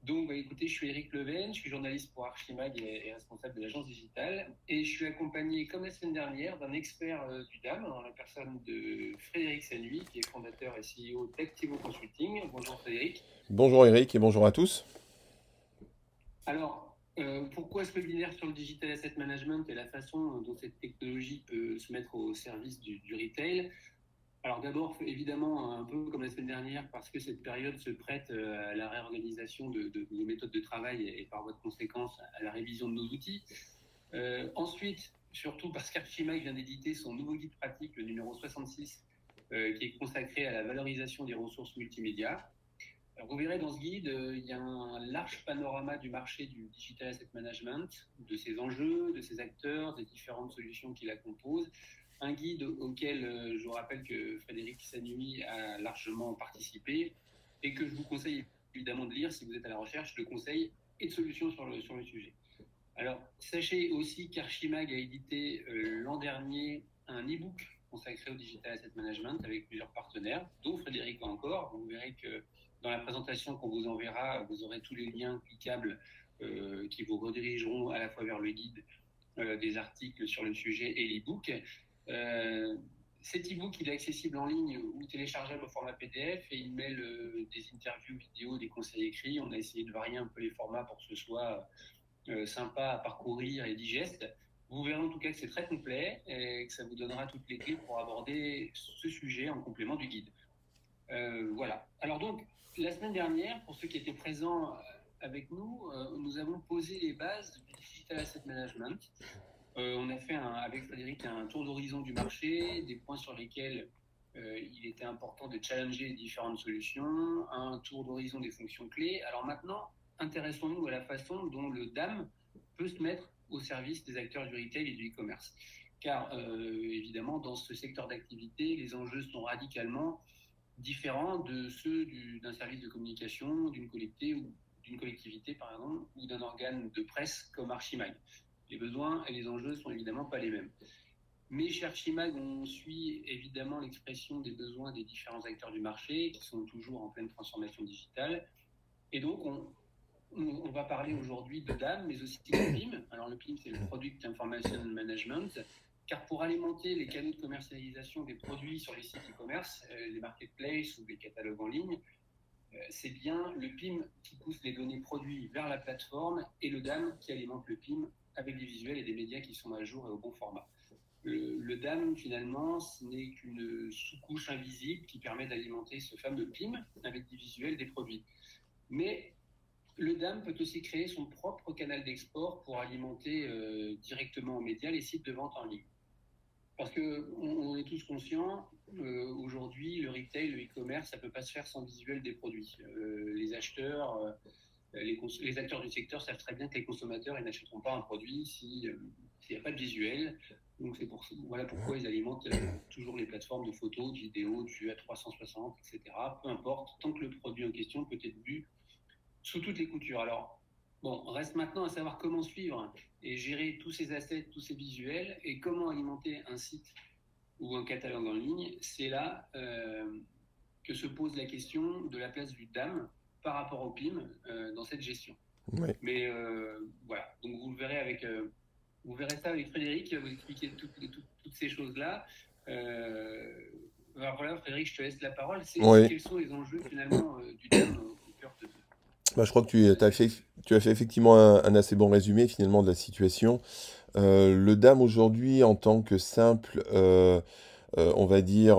Donc, écoutez, je suis Éric Leven, je suis journaliste pour Archimag et responsable de l'agence digitale. Et je suis accompagné, comme la semaine dernière, d'un expert du DAM, en la personne de Frédéric Sanui, qui est fondateur et CEO d'Activo Consulting. Bonjour Frédéric. Bonjour Eric et bonjour à tous. Alors, pourquoi ce webinaire sur le Digital Asset Management et la façon dont cette technologie peut se mettre au service du retail? Alors d'abord, évidemment, un peu comme la semaine dernière, parce que cette période se prête à la réorganisation de nos méthodes de travail et par voie de conséquence à la révision de nos outils. Ensuite, surtout parce qu'Archimag vient d'éditer son nouveau guide pratique, le numéro 66, qui est consacré à la valorisation des ressources multimédia. Alors vous verrez dans ce guide, il y a un large panorama du marché du digital asset management, de ses enjeux, de ses acteurs, des différentes solutions qui la composent. Un guide auquel je vous rappelle que Frédéric Sanui a largement participé et que je vous conseille évidemment de lire si vous êtes à la recherche de conseils et de solutions sur le sujet. Alors, sachez aussi qu'Archimag a édité l'an dernier un e-book consacré au digital asset management avec plusieurs partenaires, dont Frédéric encore. Vous verrez que dans la présentation qu'on vous enverra, vous aurez tous les liens cliquables qui vous redirigeront à la fois vers le guide, des articles sur le sujet et l'e-book. Cet e-book, il est accessible en ligne ou téléchargeable au format PDF et il mêle des interviews vidéo, des conseils écrits. On a essayé de varier un peu les formats pour que ce soit sympa à parcourir et digeste. Vous verrez en tout cas que c'est très complet et que ça vous donnera toutes les clés pour aborder ce sujet en complément du guide. Voilà. Alors donc, la semaine dernière, pour ceux qui étaient présents avec nous, nous avons posé les bases du Digital Asset Management. On a fait avec Frédéric un tour d'horizon du marché, des points sur lesquels il était important de challenger les différentes solutions, un tour d'horizon des fonctions clés. Alors maintenant, intéressons-nous à la façon dont le DAM peut se mettre au service des acteurs du retail et du e-commerce. Car évidemment, dans ce secteur d'activité, les enjeux sont radicalement différents de ceux d'un service de communication, d'une collectivité, ou d'un organe de presse comme Archimag. Les besoins et les enjeux sont évidemment pas les mêmes. Mais chez Archimag, on suit évidemment l'expression des besoins des différents acteurs du marché qui sont toujours en pleine transformation digitale. Et donc, on va parler aujourd'hui de DAM, mais aussi de PIM. Alors, le PIM, c'est le Product Information Management, car pour alimenter les canaux de commercialisation des produits sur les sites e-commerce, les marketplaces ou les catalogues en ligne, c'est bien le PIM qui pousse les données produits vers la plateforme et le DAM qui alimente le PIM avec des visuels et des médias qui sont à jour et au bon format. Le DAM, finalement, ce n'est qu'une sous-couche invisible qui permet d'alimenter ce fameux PIM avec des visuels des produits. Mais le DAM peut aussi créer son propre canal d'export pour alimenter directement aux médias les sites de vente en ligne. Parce qu'on est tous conscients, aujourd'hui, le retail, le e-commerce, ça ne peut pas se faire sans visuel des produits. Les acheteurs, les acteurs du secteur savent très bien que les consommateurs ils n'achèteront pas un produit s'il n'y a pas de visuel. Donc voilà pourquoi ils alimentent toujours les plateformes de photos, de vidéos, de vues à 360, etc. Peu importe, tant que le produit en question peut être vu sous toutes les coutures. Alors, bon, reste maintenant à savoir comment suivre et gérer tous ces assets, tous ces visuels et comment alimenter un site ou un catalogue en ligne. C'est là que se pose la question de la place du DAM par rapport au PIM dans cette gestion. Oui. Mais voilà, donc vous le verrez vous verrez ça avec Frédéric qui va vous expliquer toutes ces choses-là. Alors voilà, Frédéric, je te laisse la parole. Oui. Quels sont les enjeux finalement du DAM au cœur de Je crois que de cette tu as fait effectivement un assez bon résumé finalement de la situation. Le DAM aujourd'hui en tant que simple, on va dire,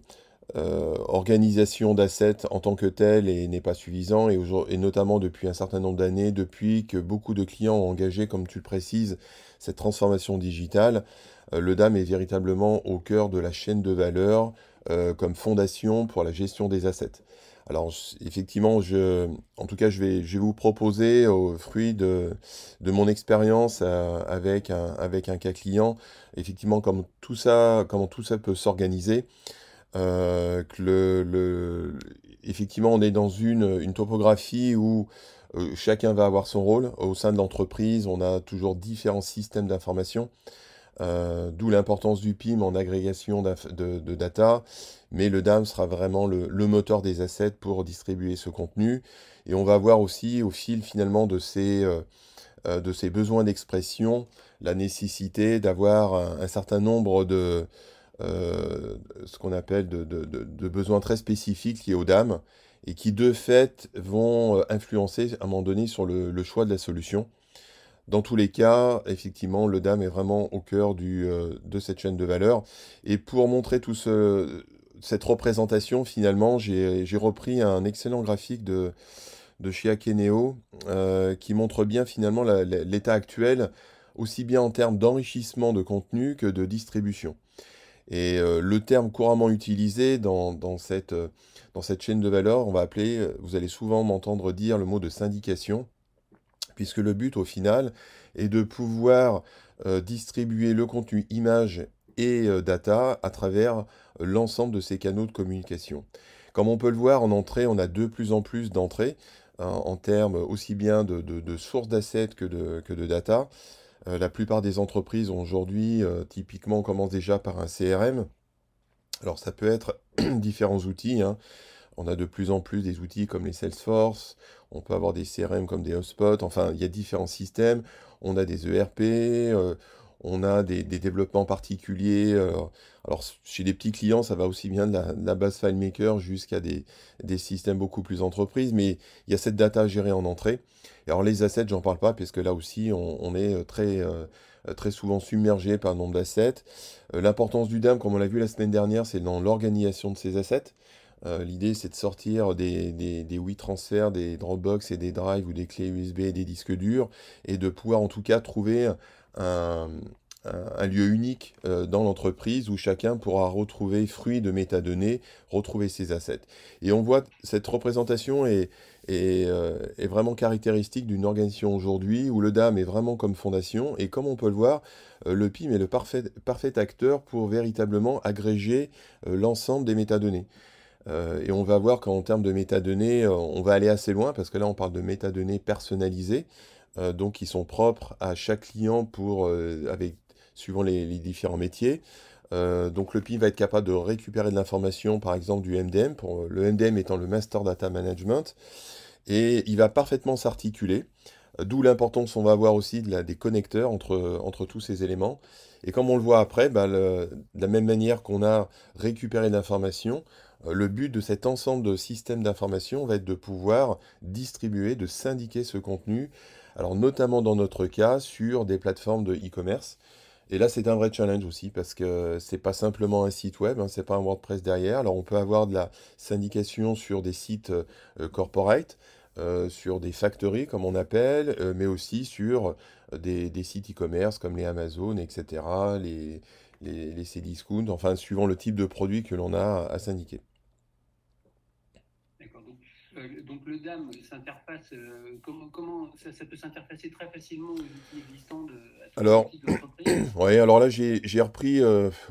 organisation d'assets en tant que tel et n'est pas suffisant et notamment depuis un certain nombre d'années, depuis que beaucoup de clients ont engagé, comme tu le précises, cette transformation digitale, le DAM est véritablement au cœur de la chaîne de valeur comme fondation pour la gestion des assets. Alors effectivement, en tout cas, je vais vous proposer au fruit de mon expérience avec un cas client, effectivement, comment tout ça peut s'organiser. Que effectivement, on est dans une topographie où chacun va avoir son rôle. Au sein de l'entreprise, on a toujours différents systèmes d'information. D'où l'importance du PIM en agrégation de data, mais le DAM sera vraiment le moteur des assets pour distribuer ce contenu. Et on va voir aussi au fil finalement de ces besoins d'expression, la nécessité d'avoir un certain nombre ce qu'on appelle de besoins très spécifiques liés aux dames et qui de fait vont influencer à un moment donné sur le choix de la solution. Dans tous les cas, effectivement, le DAM est vraiment au cœur de cette chaîne de valeur. Et pour montrer cette représentation, finalement, j'ai repris un excellent graphique de chez Akeneo qui montre bien finalement l'état actuel, aussi bien en termes d'enrichissement de contenu que de distribution. Et le terme couramment utilisé dans cette chaîne de valeur, on va appeler, vous allez souvent m'entendre dire le mot de syndication, puisque le but au final est de pouvoir distribuer le contenu image et data à travers l'ensemble de ces canaux de communication. Comme on peut le voir en entrée, on a de plus en plus d'entrées en termes aussi bien de sources d'assets que de data. La plupart des entreprises aujourd'hui, typiquement, commencent déjà par un CRM. Alors ça peut être différents outils, hein. On a de plus en plus des outils comme les Salesforce, on peut avoir des CRM comme des HubSpot, enfin, il y a différents systèmes. On a des ERP, on a des développements particuliers. Alors, chez les petits clients, ça va aussi bien de la base FileMaker jusqu'à des systèmes beaucoup plus entreprises, mais il y a cette data à gérer en entrée. Et alors, les assets, j'en parle pas, parce que là aussi, on est très souvent submergé par le nombre d'assets. L'importance du DAM, comme on l'a vu la semaine dernière, c'est dans l'organisation de ces assets. L'idée, c'est de sortir des WeTransfer, des Dropbox et des Drive ou des clés USB et des disques durs et de pouvoir en tout cas trouver un, un lieu unique dans l'entreprise où chacun pourra retrouver fruit de métadonnées, retrouver ses assets. Et on voit cette représentation est vraiment caractéristique d'une organisation aujourd'hui où le DAM est vraiment comme fondation et comme on peut le voir, le PIM est le parfait acteur pour véritablement agréger l'ensemble des métadonnées. Et on va voir qu'en termes de métadonnées, on va aller assez loin parce que là, on parle de métadonnées personnalisées, donc qui sont propres à chaque client suivant les différents métiers. Donc le PIM va être capable de récupérer de l'information, par exemple du MDM, le MDM étant le Master Data Management, et il va parfaitement s'articuler. D'où l'importance, on va avoir aussi des connecteurs entre tous ces éléments. Et comme on le voit après, bah, de la même manière qu'on a récupéré de l'information, le but de cet ensemble de systèmes d'information va être de pouvoir distribuer, de syndiquer ce contenu, alors notamment dans notre cas sur des plateformes de e-commerce. Et là, c'est un vrai challenge aussi parce que c'est pas simplement un site web, hein, c'est pas un WordPress derrière. Alors, on peut avoir de la syndication sur des sites corporate, sur des factories comme on appelle, mais aussi sur des sites e-commerce comme les Amazon, etc., les Cdiscount, enfin, suivant le type de produit que l'on a à syndiquer. D'accord. Donc le DAM s'interface, comment ça peut s'interfacer très facilement aux outils existants à tous les Alors, outils de l'entreprise? ouais, alors là, j'ai repris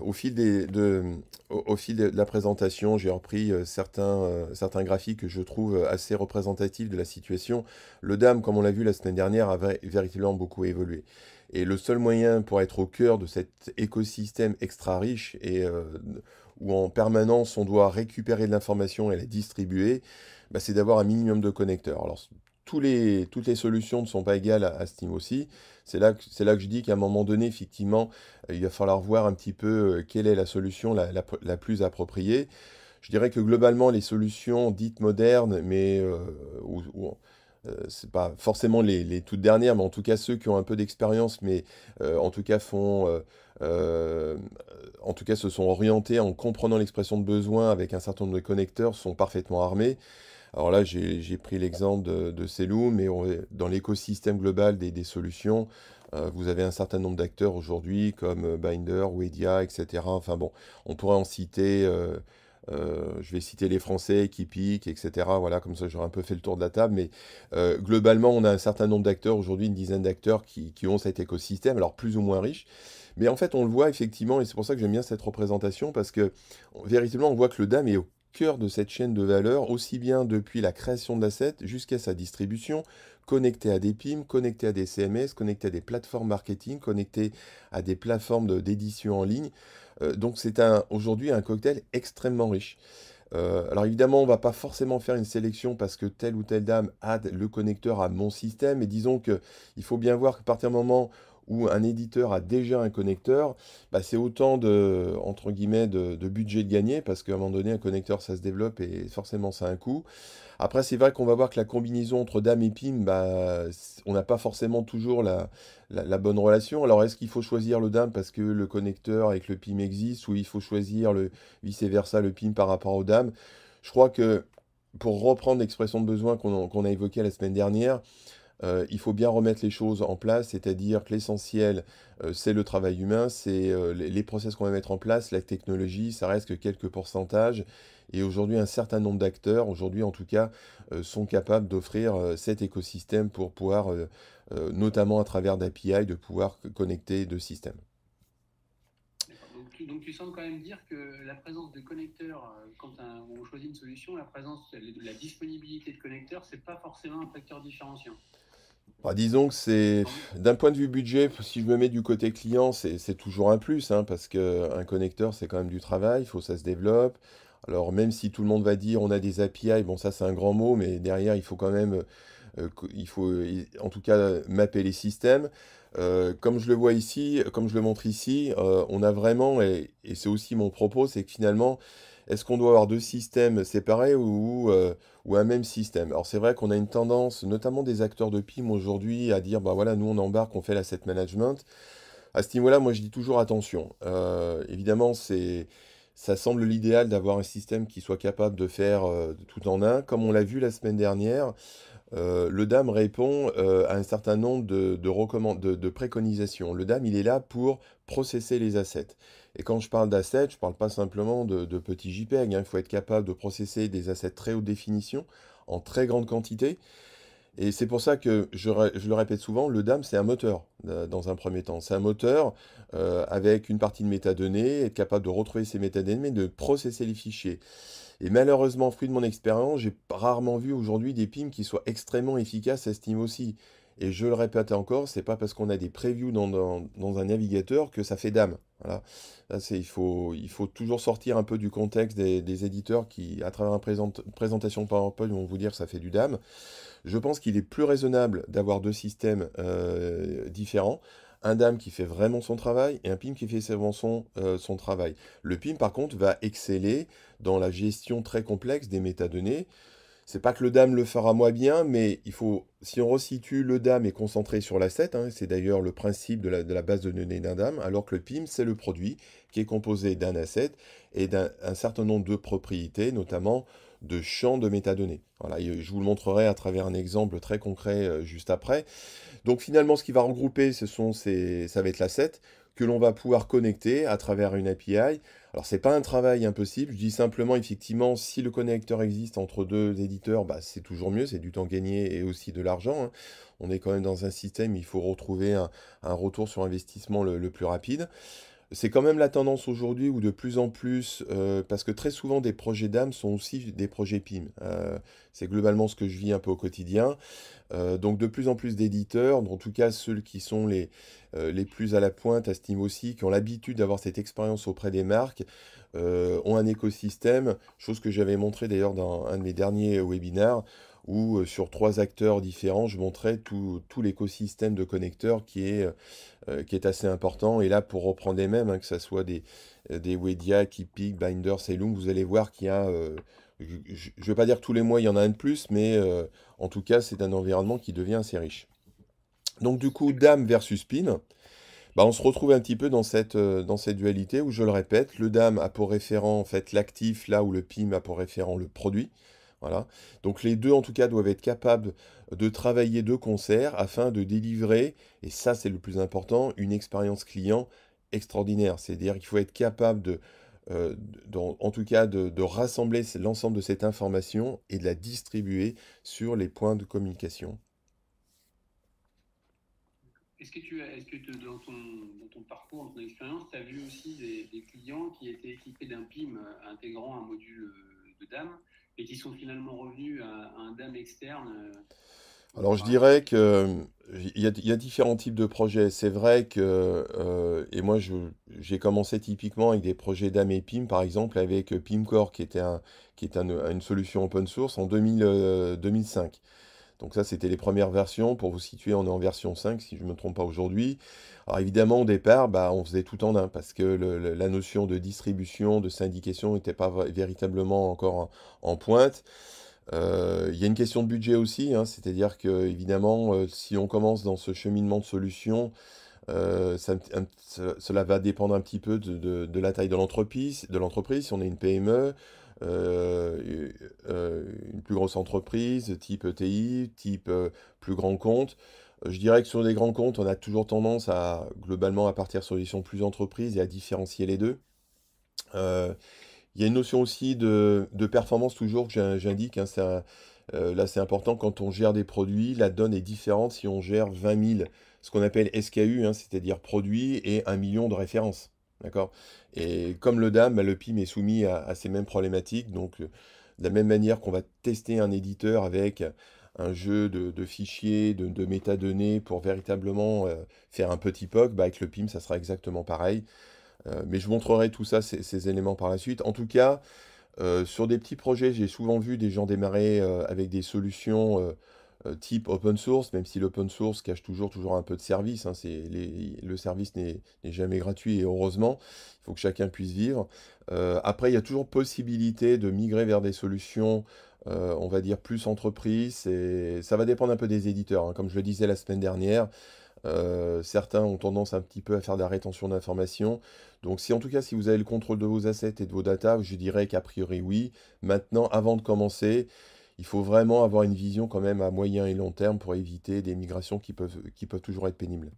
au fil de la présentation, j'ai repris certains graphiques que je trouve assez représentatifs de la situation. Le DAM, comme on l'a vu la semaine dernière, a véritablement beaucoup évolué. Et le seul moyen pour être au cœur de cet écosystème extra riche et où en permanence on doit récupérer de l'information et la distribuer, bah, c'est d'avoir un minimum de connecteurs. Alors, toutes les solutions ne sont pas égales à ce niveau aussi. C'est là que je dis qu'à un moment donné, effectivement, il va falloir voir un petit peu quelle est la solution la plus appropriée. Je dirais que globalement, les solutions dites modernes, mais c'est pas forcément les toutes dernières, mais en tout cas ceux qui ont un peu d'expérience, mais en tout cas euh, en tout cas se sont orientés en comprenant l'expression de besoin avec un certain nombre de connecteurs, sont parfaitement armés. Alors là, j'ai pris l'exemple de Cellum, mais dans l'écosystème global des solutions, vous avez un certain nombre d'acteurs aujourd'hui, comme Binder, Wedia, etc. Enfin bon, on pourrait en citer, je vais citer les Français, Kipik, etc. Voilà, comme ça j'aurai un peu fait le tour de la table, mais globalement, on a un certain nombre d'acteurs aujourd'hui, une dizaine d'acteurs qui ont cet écosystème, alors plus ou moins riche. Mais en fait, on le voit effectivement, et c'est pour ça que j'aime bien cette représentation, parce que véritablement, on voit que le DAM est cœur de cette chaîne de valeur, aussi bien depuis la création de l'asset jusqu'à sa distribution, connecté à des PIM, connecté à des CMS, connecté à des plateformes marketing, connecté à des plateformes d'édition en ligne. Donc c'est aujourd'hui un cocktail extrêmement riche. Alors évidemment, on va pas forcément faire une sélection parce que telle ou telle dame a le connecteur à mon système. Et disons que il faut bien voir qu'à partir du moment où un éditeur a déjà un connecteur, bah, c'est autant de, entre guillemets, de budget de gagner parce qu'à un moment donné, un connecteur, ça se développe et forcément, ça a un coût. Après, c'est vrai qu'on va voir que la combinaison entre dame et pim, bah, on n'a pas forcément toujours la bonne relation. Alors, est-ce qu'il faut choisir le dame parce que le connecteur avec le pim existe ou il faut choisir le vice-versa, le pim par rapport aux dames? Je crois que pour reprendre l'expression de besoin qu'on a évoquée la semaine dernière, il faut bien remettre les choses en place, c'est-à-dire que l'essentiel, c'est le travail humain, c'est les process qu'on va mettre en place, la technologie, ça reste que quelques pourcentages. Et aujourd'hui, un certain nombre d'acteurs, aujourd'hui en tout cas, sont capables d'offrir cet écosystème pour pouvoir, notamment à travers d'API, de pouvoir connecter deux systèmes. D'accord. Donc tu sembles quand même dire que la présence de connecteurs, quand on choisit une solution, la disponibilité de connecteurs, c'est pas forcément un facteur différenciant. Bah, disons que c'est, Tandis- d'un point de vue budget, si je me mets du côté client, c'est toujours un plus, hein, parce qu'un connecteur, c'est quand même du travail, il faut que ça se développe. Alors même si tout le monde va dire on a des API, bon ça c'est un grand mot, mais derrière il faut quand même, il faut en tout cas mapper les systèmes. Comme je le vois ici, comme je le montre ici, on a vraiment, et c'est aussi mon propos, c'est que finalement, est-ce qu'on doit avoir deux systèmes séparés ou un même système? Alors c'est vrai qu'on a une tendance, notamment des acteurs de PIM aujourd'hui, à dire, bah voilà, nous on embarque, on fait l'asset management. À ce niveau-là, moi je dis toujours attention. Évidemment, ça semble l'idéal d'avoir un système qui soit capable de faire tout en un. Comme on l'a vu la semaine dernière, le DAM répond à un certain nombre de préconisations. Le DAM, il est là pour processer les assets. Et quand je parle d'assets, je ne parle pas simplement de petits JPEG, hein. Il faut être capable de processer des assets très haute définition, en très grande quantité. Et c'est pour ça que je le répète souvent, le DAM, c'est un moteur dans un premier temps. C'est un moteur avec une partie de métadonnées, être capable de retrouver ces métadonnées, de processer les fichiers. Et malheureusement, fruit de mon expérience, j'ai rarement vu aujourd'hui des PIM qui soient extrêmement efficaces à ce niveau aussi. Et je le répète encore, c'est pas parce qu'on a des previews dans un navigateur que ça fait dame. Voilà. Là, il faut toujours sortir un peu du contexte des éditeurs qui, à travers une présentation PowerPoint, vont vous dire que ça fait du dame. Je pense qu'il est plus raisonnable d'avoir deux systèmes différents. Un DAM qui fait vraiment son travail et un PIM qui fait vraiment son travail. Le PIM, par contre, va exceller dans la gestion très complexe des métadonnées. C'est pas que le DAM le fera moins bien, mais il faut, si on resitue, le DAM est concentré sur l'asset, hein, c'est d'ailleurs le principe de la base de données d'un DAM, alors que le PIM, c'est le produit qui est composé d'un asset et d'un un certain nombre de propriétés, notamment de champs de métadonnées. Voilà, et je vous le montrerai à travers un exemple très concret juste après. Donc finalement, ce qui va regrouper, ça va être l'asset que l'on va pouvoir connecter à travers une API. Alors c'est pas un travail impossible, je dis simplement effectivement si le connecteur existe entre deux éditeurs, bah, c'est toujours mieux, c'est du temps gagné et aussi de l'argent, hein. On est quand même dans un système, il faut retrouver un retour sur investissement le plus rapide. C'est quand même la tendance aujourd'hui où de plus en plus, parce que très souvent des projets d'âme sont aussi des projets PIM. C'est globalement ce que je vis un peu au quotidien. Donc de plus en plus d'éditeurs, en tout cas ceux qui sont les plus à la pointe à ce niveau aussi, qui ont l'habitude d'avoir cette expérience auprès des marques, ont un écosystème, chose que j'avais montré d'ailleurs dans un de mes derniers webinaires, où sur trois acteurs différents, je montrais tout l'écosystème de connecteurs qui est assez important. Et là, pour reprendre les mêmes, hein, que ce soit des Wedia, Keepik, Binder, Sailung, vous allez voir qu'il y a, je ne vais pas dire que tous les mois il y en a un de plus, mais en tout cas, c'est un environnement qui devient assez riche. Donc du coup, D'accord. DAM versus PIM, bah, on se retrouve un petit peu dans cette dualité où, je le répète, le DAM a pour référent en fait l'actif, là où le PIM a pour référent le produit. Voilà. Donc les deux, en tout cas, doivent être capables de travailler de concert afin de délivrer, et ça c'est le plus important, une expérience client extraordinaire. C'est-à-dire qu'il faut être capable en tout cas, de rassembler l'ensemble de cette information et de la distribuer sur les points de communication. Dans ton parcours, dans ton expérience, tu as vu aussi des clients qui étaient équipés d'un PIM intégrant un module de DAM et qui sont finalement revenus à un DAM externe Alors je par la suite. dirais que il y a différents types de projets. C'est vrai que, et moi j'ai commencé typiquement avec des projets d'AM et PIM, par exemple avec PIMcore qui est une solution open source en 2005. Donc ça, c'était les premières versions. Pour vous situer, on est en version 5, si je ne me trompe pas aujourd'hui. Alors évidemment, au départ, bah, on faisait tout en un, parce que la notion de distribution, de syndication n'était pas véritablement encore en pointe. Il y a une question de budget aussi, hein, c'est-à-dire que évidemment, si on commence dans ce cheminement de solutions, cela va dépendre un petit peu de la taille de l'entreprise. Si on est une PME, une plus grosse entreprise, type ETI, type plus grand compte. Je dirais que sur les grands comptes, on a toujours tendance à, globalement, à partir sur des solutions plus entreprises et à différencier les deux. Euh, il y a une notion aussi de performance toujours que j'indique, hein, là, c'est important quand on gère des produits. La donne est différente si on gère 20 000, ce qu'on appelle SKU, hein, c'est-à-dire produits et 1 million de références. D'accord? Et comme le DAM, bah, le PIM est soumis à ces mêmes problématiques. Donc, de la même manière qu'on va tester un éditeur avec un jeu de fichiers, de métadonnées pour véritablement faire un petit POC, bah, avec le PIM, ça sera exactement pareil. Mais je vous montrerai tout ça, ces éléments par la suite. En tout cas, sur des petits projets, j'ai souvent vu des gens démarrer avec des solutions type open source, même si l'open source cache toujours un peu de service, hein, le service n'est jamais gratuit et heureusement, il faut que chacun puisse vivre. Après, il y a toujours possibilité de migrer vers des solutions, on va dire, plus entreprise. Et ça va dépendre un peu des éditeurs, hein. Comme je le disais la semaine dernière, certains ont tendance un petit peu à faire de la rétention d'informations. Donc si en tout cas si vous avez le contrôle de vos assets et de vos data, je dirais qu'a priori oui. Maintenant, avant de commencer, il faut vraiment avoir une vision quand même à moyen et long terme pour éviter des migrations qui peuvent toujours être pénibles.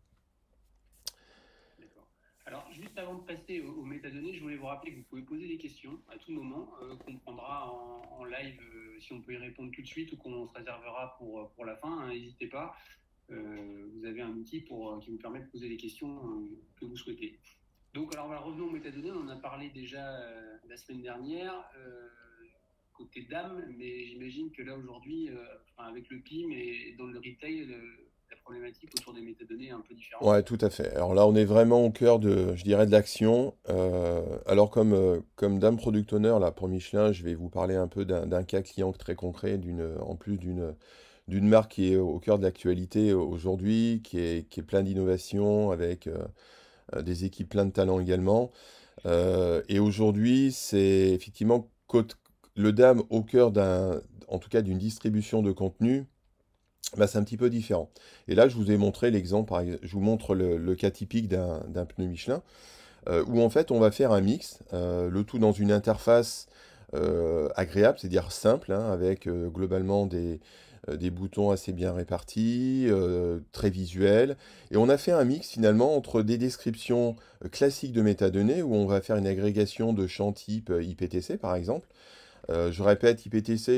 D'accord. Alors, juste avant de passer aux métadonnées, je voulais vous rappeler que vous pouvez poser des questions à tout moment, qu'on prendra en live si on peut y répondre tout de suite ou qu'on se réservera pour la fin. Hein, n'hésitez pas. Vous avez un outil qui vous permet de poser les questions que vous souhaitez. Donc, alors, voilà, revenons aux métadonnées. On en a parlé déjà la semaine dernière, côté DAM, mais j'imagine que là, aujourd'hui, enfin, avec le PIM et dans le retail, la problématique autour des métadonnées est un peu différente. Ouais, tout à fait. Alors là, on est vraiment au cœur je dirais, de l'action. Alors comme Dame Product Owner, là, pour Michelin, je vais vous parler un peu d'un cas client très concret, en plus d'une marque qui est au cœur de l'actualité aujourd'hui, qui est plein d'innovation, avec des équipes plein de talent également. Et aujourd'hui, c'est effectivement le DAM au cœur en tout cas d'une distribution de contenu, bah, c'est un petit peu différent. Et là, je vous ai montré l'exemple, je vous montre le cas typique d'un pneu Michelin, où en fait on va faire un mix, le tout dans une interface agréable, c'est-à-dire simple, hein, avec globalement des boutons assez bien répartis, très visuels. Et on a fait un mix finalement entre des descriptions classiques de métadonnées, où on va faire une agrégation de champs type IPTC par exemple. Je répète, IPTC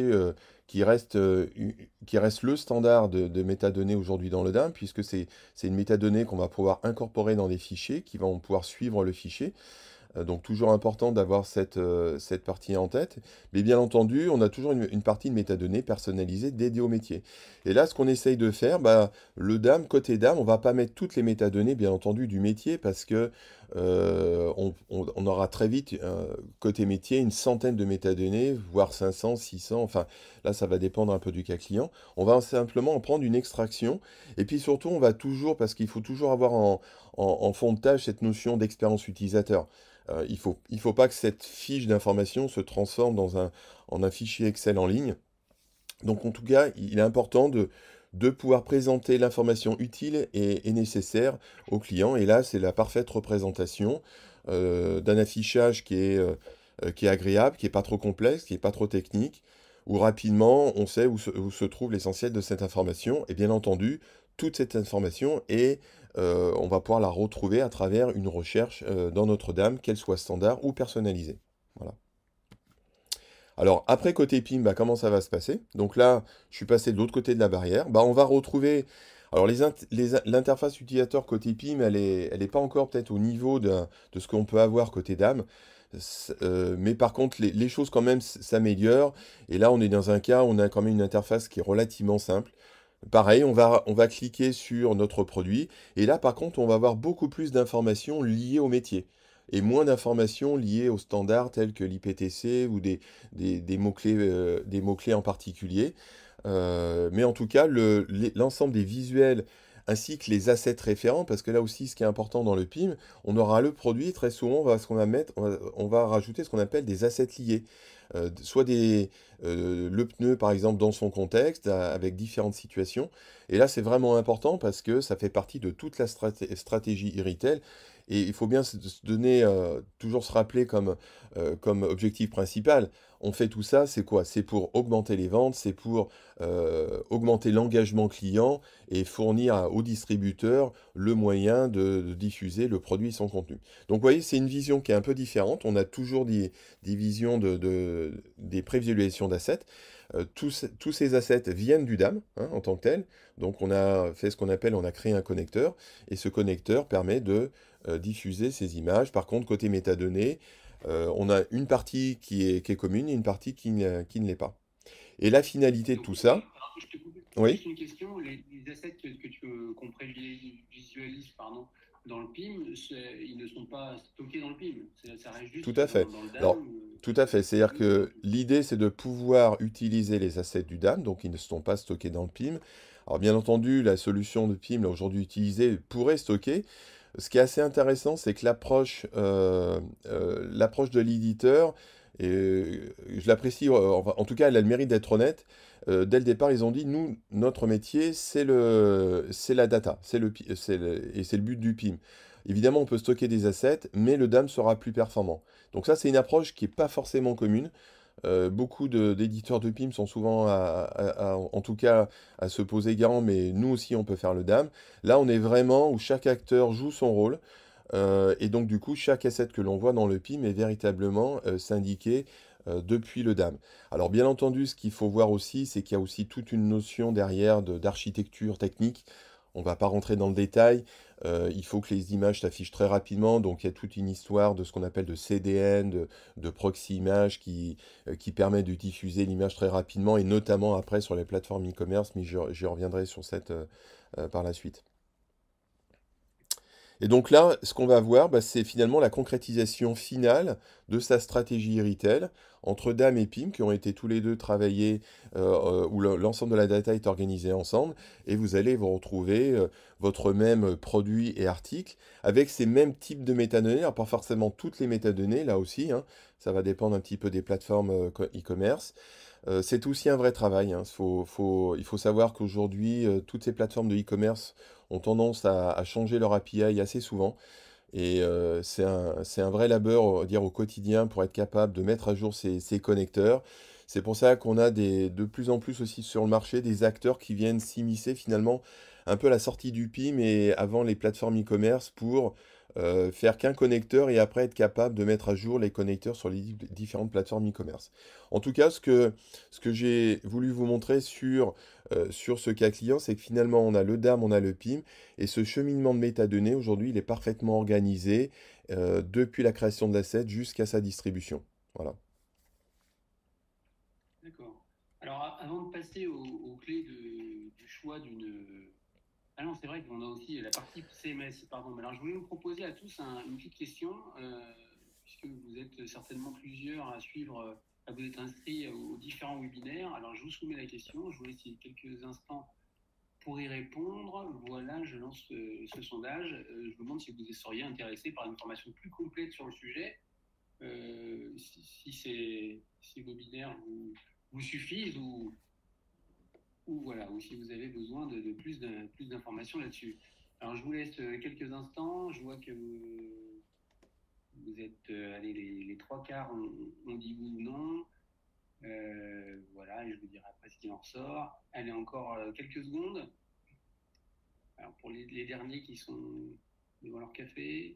qui reste le standard de métadonnées aujourd'hui dans le DAM, puisque c'est une métadonnée qu'on va pouvoir incorporer dans des fichiers, qui vont pouvoir suivre le fichier. Donc toujours important d'avoir cette partie en tête. Mais bien entendu, on a toujours une partie de métadonnées personnalisée dédiée au métier. Et là, ce qu'on essaye de faire, bah, le DAM, côté DAM, on va pas mettre toutes les métadonnées, bien entendu, du métier, parce que on aura très vite, côté métier, une centaine de métadonnées, voire 500, 600, enfin, là, ça va dépendre un peu du cas client. On va simplement en prendre une extraction. Et puis surtout, on va toujours, parce qu'il faut toujours avoir en fond de tâche cette notion d'expérience utilisateur. Il faut pas que cette fiche d'information se transforme en un fichier Excel en ligne. Donc en tout cas, il est important de pouvoir présenter l'information utile et nécessaire au client. Et là, c'est la parfaite représentation d'un affichage qui est agréable, qui n'est pas trop complexe, qui n'est pas trop technique, où rapidement on sait où se trouve l'essentiel de cette information. Et bien entendu, toute cette information on va pouvoir la retrouver à travers une recherche dans Notre-Dame, qu'elle soit standard ou personnalisée. Voilà. Alors après côté PIM, bah, comment ça va se passer? Donc là, je suis passé de l'autre côté de la barrière. Bah, on va retrouver. Alors l'interface utilisateur côté PIM, elle est pas encore peut-être au niveau de ce qu'on peut avoir côté DAM. Mais par contre, les choses quand même s'améliorent. Et là, on est dans un cas où on a quand même une interface qui est relativement simple. Pareil, on va cliquer sur notre produit. Et là, par contre, on va avoir beaucoup plus d'informations liées au métier. Et moins d'informations liées aux standards tels que l'IPTC ou des mots-clés en particulier. Mais en tout cas, l'ensemble des visuels ainsi que les assets référents, parce que là aussi, ce qui est important dans le PIM, on aura le produit, très souvent, ce qu'on va mettre, on va rajouter ce qu'on appelle des assets liés. Soit le pneu, par exemple, dans son contexte, avec différentes situations. Et là, c'est vraiment important parce que ça fait partie de toute la stratégie e-retail. Et il faut bien se donner, toujours se rappeler comme objectif principal. On fait tout ça, c'est quoi? C'est pour augmenter les ventes, c'est pour augmenter l'engagement client et fournir aux distributeurs le moyen de diffuser le produit et son contenu. Donc, vous voyez, c'est une vision qui est un peu différente. On a toujours des visions des prévisualisations d'assets. Tous ces assets viennent du DAM, hein, en tant que tel. Donc, on a fait ce qu'on appelle, on a créé un connecteur, et ce connecteur permet de diffuser ces images. Par contre, côté métadonnées, on a une partie qui est commune et une partie qui ne l'est pas. Et la finalité de Donc, tout ça, alors, je te coupe oui, juste une question. Les assets qu'on prévisualise pardon, dans le PIM, ils ne sont pas stockés dans le PIM. Ça reste tout juste à fait. dans le DAM. Alors, tout à fait. C'est-à-dire que l'idée, c'est de pouvoir utiliser les assets du DAM, donc ils ne sont pas stockés dans le PIM. Alors, bien entendu, la solution de PIM, là, aujourd'hui utilisée, pourrait stocker. Ce qui est assez intéressant, c'est que l'approche de l'éditeur, et je l'apprécie, enfin, en tout cas, elle a le mérite d'être honnête. Dès le départ, ils ont dit, nous, notre métier, c'est la data, et c'est le but du PIM. Évidemment, on peut stocker des assets, mais le DAM sera plus performant. Donc ça, c'est une approche qui n'est pas forcément commune. Beaucoup d'éditeurs de PIM sont souvent, en tout cas, à se poser garant, mais nous aussi, on peut faire le DAM. Là, on est vraiment où chaque acteur joue son rôle. Et donc, du coup, chaque asset que l'on voit dans le PIM est véritablement syndiqué depuis le DAM. Alors, bien entendu, ce qu'il faut voir aussi, c'est qu'il y a aussi toute une notion derrière d'architecture technique. On ne va pas rentrer dans le détail. Il faut que les images s'affichent très rapidement. Donc, il y a toute une histoire de ce qu'on appelle de CDN, de proxy image qui permet de diffuser l'image très rapidement et notamment après sur les plateformes e-commerce. Mais j'y reviendrai sur par la suite. Et donc là, ce qu'on va voir, bah, c'est finalement la concrétisation finale de sa stratégie retail entre DAM et PIM qui ont été tous les deux travaillés, où l'ensemble de la data est organisé ensemble, et vous allez vous retrouver votre même produit et article avec ces mêmes types de métadonnées. Alors pas forcément toutes les métadonnées, là aussi, hein, ça va dépendre un petit peu des plateformes e-commerce. C'est aussi un vrai travail, hein. Il faut savoir qu'aujourd'hui, toutes ces plateformes de e-commerce ont tendance à changer leur API assez souvent. Et c'est un vrai labeur, on va dire, au quotidien pour être capable de mettre à jour ces connecteurs. C'est pour ça qu'on a de plus en plus aussi sur le marché des acteurs qui viennent s'immiscer finalement un peu à la sortie du PIM et avant les plateformes e-commerce pour faire qu'un connecteur et après être capable de mettre à jour les connecteurs sur les différentes plateformes e-commerce. En tout cas, ce que j'ai voulu vous montrer sur ce cas client, c'est que finalement on a le DAM, on a le PIM, et ce cheminement de métadonnées, aujourd'hui, il est parfaitement organisé depuis la création de l'asset jusqu'à sa distribution. Voilà. D'accord. Alors, avant de passer aux clés du choix d'une. Ah non, c'est vrai qu'on a aussi la partie CMS, pardon. Alors, je voulais vous proposer à tous une petite question, puisque vous êtes certainement plusieurs à suivre, à vous être inscrits aux différents webinaires. Alors, je vous soumets la question, je vous laisse quelques instants pour y répondre. Voilà, je lance ce sondage. Je vous demande si vous seriez intéressé par une formation plus complète sur le sujet, si vos webinaires vous suffisent ou voilà, ou si vous avez besoin de plus d'informations là-dessus. Alors, je vous laisse quelques instants. Je vois que vous êtes, allez, les trois quarts ont dit oui ou non. Voilà, et je vous dirai après ce qu'il en ressort. Allez, encore quelques secondes. Alors, pour les derniers qui sont devant leur café.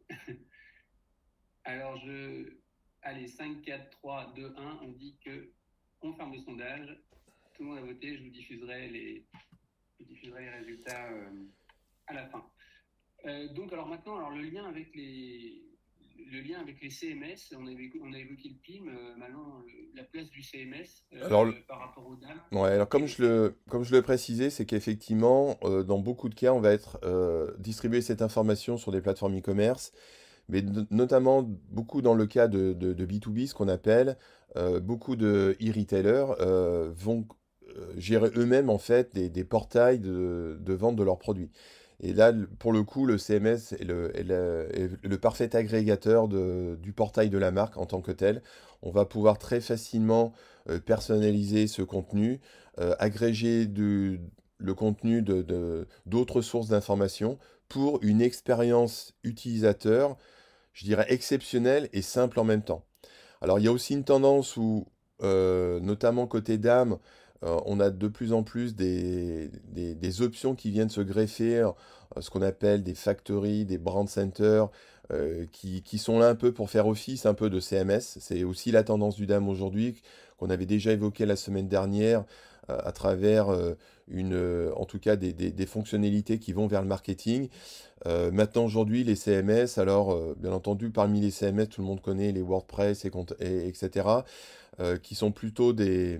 Alors, allez, 5, 4, 3, 2, 1, on dit que on ferme le sondage. Tout le monde a voté, je vous diffuserai les résultats à la fin. Donc, alors maintenant, le lien avec le lien avec les CMS, on a évoqué le PIM, maintenant la place du CMS Alors, par rapport aux dames. ouais, alors comme je le précisais, c'est qu'effectivement, dans beaucoup de cas, on va être distribuer cette information sur des plateformes e-commerce, mais notamment beaucoup dans le cas de B2B, ce qu'on appelle, beaucoup de e-retailers vont gérer eux-mêmes en fait des portails de vente de leurs produits. Et là, pour le coup, le CMS est le parfait agrégateur du portail de la marque en tant que tel. On va pouvoir très facilement personnaliser ce contenu, agréger le contenu d'autres sources d'informations pour une expérience utilisateur, je dirais, exceptionnelle et simple en même temps. Alors, il y a aussi une tendance où, notamment côté dames, on a de plus en plus des options qui viennent se greffer, ce qu'on appelle des factories, des brand centers, qui sont là un peu pour faire office un peu de CMS. C'est aussi la tendance du dame aujourd'hui, qu'on avait déjà évoqué la semaine dernière, à travers en tout cas des fonctionnalités qui vont vers le marketing. Maintenant, aujourd'hui, les CMS, alors bien entendu, parmi les CMS, tout le monde connaît les WordPress etc., qui sont plutôt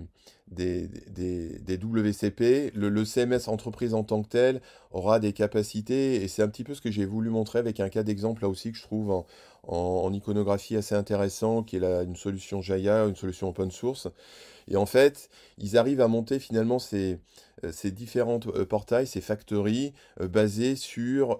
des WCP. Le CMS entreprise en tant que tel aura des capacités, et c'est un petit peu ce que j'ai voulu montrer avec un cas d'exemple là aussi que je trouve en iconographie assez intéressant, qui est une solution Jaya, une solution open source. Et en fait, ils arrivent à monter finalement ces différentes portails, ces factories basées sur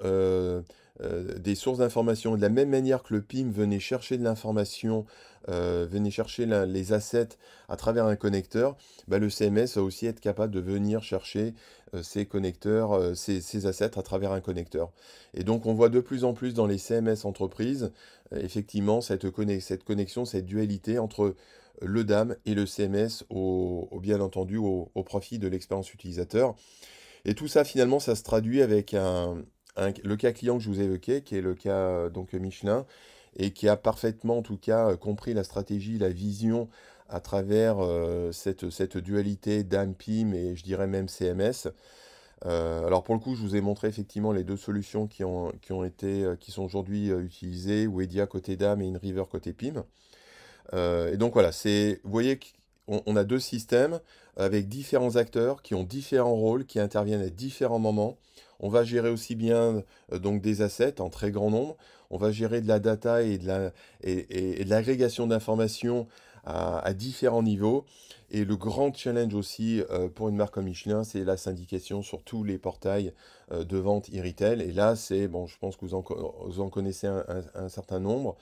des sources d'information. De la même manière que le PIM venait chercher de l'information, venait chercher les assets à travers un connecteur, bah, le CMS va aussi être capable de venir chercher ces connecteurs, ces assets à travers un connecteur. Et donc on voit de plus en plus dans les CMS entreprises, effectivement, cette connexion, cette dualité entre le DAM et le CMS, bien entendu au profit de l'expérience utilisateur. Et tout ça, finalement, ça se traduit avec le cas client que je vous ai évoqué, qui est le cas donc Michelin, et qui a parfaitement, en tout cas, compris la stratégie, la vision à travers cette dualité DAM, PIM et je dirais même CMS. Alors pour le coup, je vous ai montré effectivement les deux solutions qui sont aujourd'hui utilisées, Wedia côté DAM et InRiver côté PIM. Et donc voilà, vous voyez qu'on a deux systèmes avec différents acteurs qui ont différents rôles, qui interviennent à différents moments. On va gérer aussi bien donc des assets en très grand nombre. On va gérer de la data et de l'agrégation d'informations à différents niveaux. Et le grand challenge aussi pour une marque comme Michelin, c'est la syndication sur tous les portails de vente e-retail. Et là, bon, je pense que vous en connaissez un certain nombre.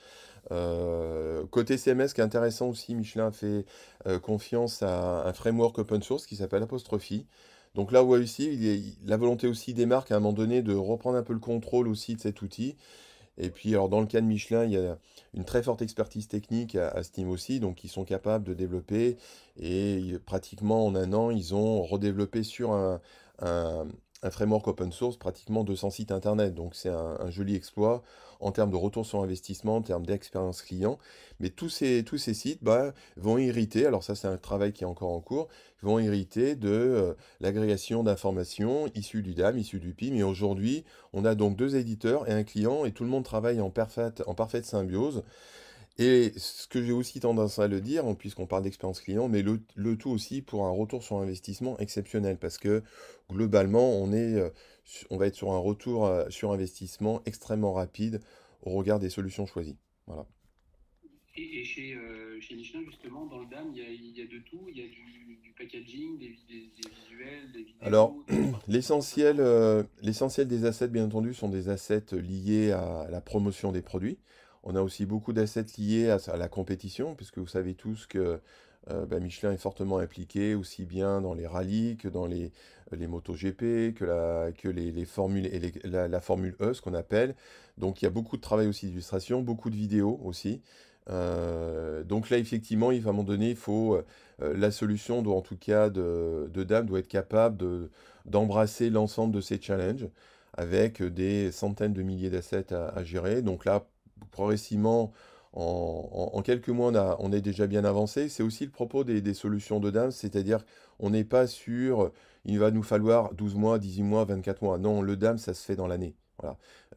Côté CMS, ce qui est intéressant aussi, Michelin fait confiance à un framework open source qui s'appelle Apostrophe. Donc là où aussi, la volonté aussi des marques à un moment donné de reprendre un peu le contrôle aussi de cet outil. Et puis alors dans le cas de Michelin, il y a une très forte expertise technique à ce niveau aussi, donc ils sont capables de développer. Et pratiquement en un an, ils ont redéveloppé sur un- un framework open source pratiquement 200 sites internet. Donc c'est un joli exploit en termes de retour sur investissement, en termes d'expérience client. Mais tous ces sites vont hériter, alors ça c'est un travail qui est encore en cours, vont hériter de l'agrégation d'informations issues du DAM, issues du PIM. Et aujourd'hui, on a donc deux éditeurs et un client, et tout le monde travaille en parfaite symbiose. Et ce que j'ai aussi tendance à le dire, puisqu'on parle d'expérience client, mais le tout aussi pour un retour sur investissement exceptionnel, parce que globalement, on va être sur un retour sur investissement extrêmement rapide au regard des solutions choisies. Voilà. Et chez Michelin, justement, dans le DAM, il y a de tout. Il y a du packaging, des visuels, des Alors, vidéos, toute la partie l'essentiel, information. l'essentiel des assets, bien entendu, sont des assets liés à la promotion des produits. On a aussi beaucoup d'assets liés à la compétition, puisque vous savez tous que Michelin est fortement impliqué aussi bien dans les rallyes que dans les MotoGP, que les formules et la Formule E, ce qu'on appelle. Donc il y a beaucoup de travail aussi d'illustration, beaucoup de vidéos aussi. Donc là, effectivement, à un moment donné, la solution doit, en tout cas de DAM, doit être capable d'embrasser l'ensemble de ces challenges avec des centaines de milliers d'assets à gérer. Donc là, progressivement, en quelques mois, on est déjà bien avancé. C'est aussi le propos des solutions de DAM, c'est-à-dire on n'est pas sur il va nous falloir 12 mois, 18 mois, 24 mois. Non, le DAM, ça se fait dans l'année. Voilà.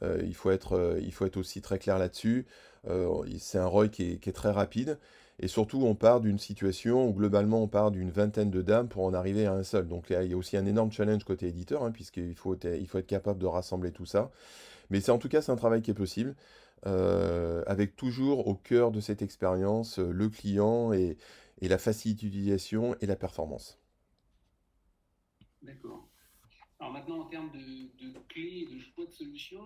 Il faut être aussi très clair là-dessus. C'est un ROI qui est très rapide. Et surtout, on part d'une situation où globalement, on part d'une vingtaine de dames pour en arriver à un seul. Donc là, il y a aussi un énorme challenge côté éditeur, hein, il faut être capable de rassembler tout ça. Mais c'est en tout cas, c'est un travail qui est possible, avec toujours au cœur de cette expérience le client et la facilité d'utilisation et la performance. D'accord. Alors maintenant, en termes de clés, de choix de solutions,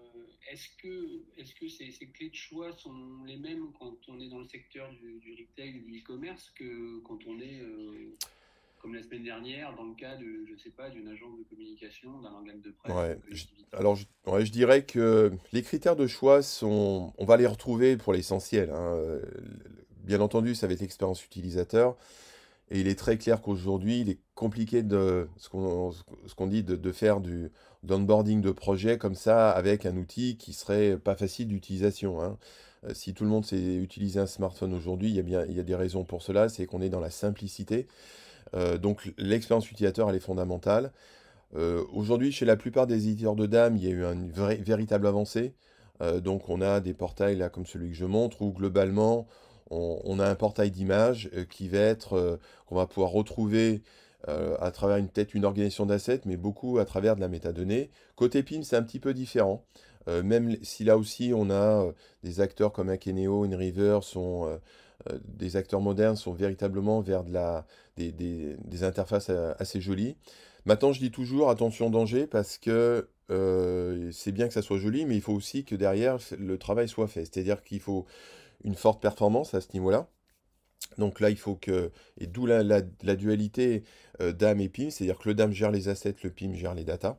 est-ce que ces clés de choix sont les mêmes quand on est dans le secteur du retail ou du e-commerce que quand on est, comme la semaine dernière, dans le cas de, je sais pas, d'une agence de communication, d'un organe de presse, Ouais, d'une collectivité? ouais, je dirais que les critères de choix sont, on va les retrouver pour l'essentiel, hein. Bien entendu, ça va être l'expérience utilisateur. Et il est très clair qu'aujourd'hui, il est compliqué de ce qu'on dit de faire du d'onboarding de projet comme ça avec un outil qui serait pas facile d'utilisation, hein. Si tout le monde sait utiliser un smartphone aujourd'hui, il y a des raisons pour cela, c'est qu'on est dans la simplicité. Donc l'expérience utilisateur, elle est fondamentale. Aujourd'hui, chez la plupart des éditeurs de dames, il y a eu une véritable avancée. Donc, on a des portails là, comme celui que je montre, où globalement, on a un portail d'images qu'on va pouvoir retrouver à travers peut-être une organisation d'assets, mais beaucoup à travers de la métadonnée. Côté PIM, c'est un petit peu différent. Même si là aussi, on a des acteurs comme Akeneo, InRiver, des acteurs modernes, sont véritablement vers des interfaces assez jolies. Maintenant, je dis toujours attention danger parce que c'est bien que ça soit joli, mais il faut aussi que derrière le travail soit fait. C'est-à-dire qu'il faut une forte performance à ce niveau-là. Donc là, il faut que, et d'où la dualité DAM et PIM, c'est-à-dire que le DAM gère les assets, le PIM gère les datas.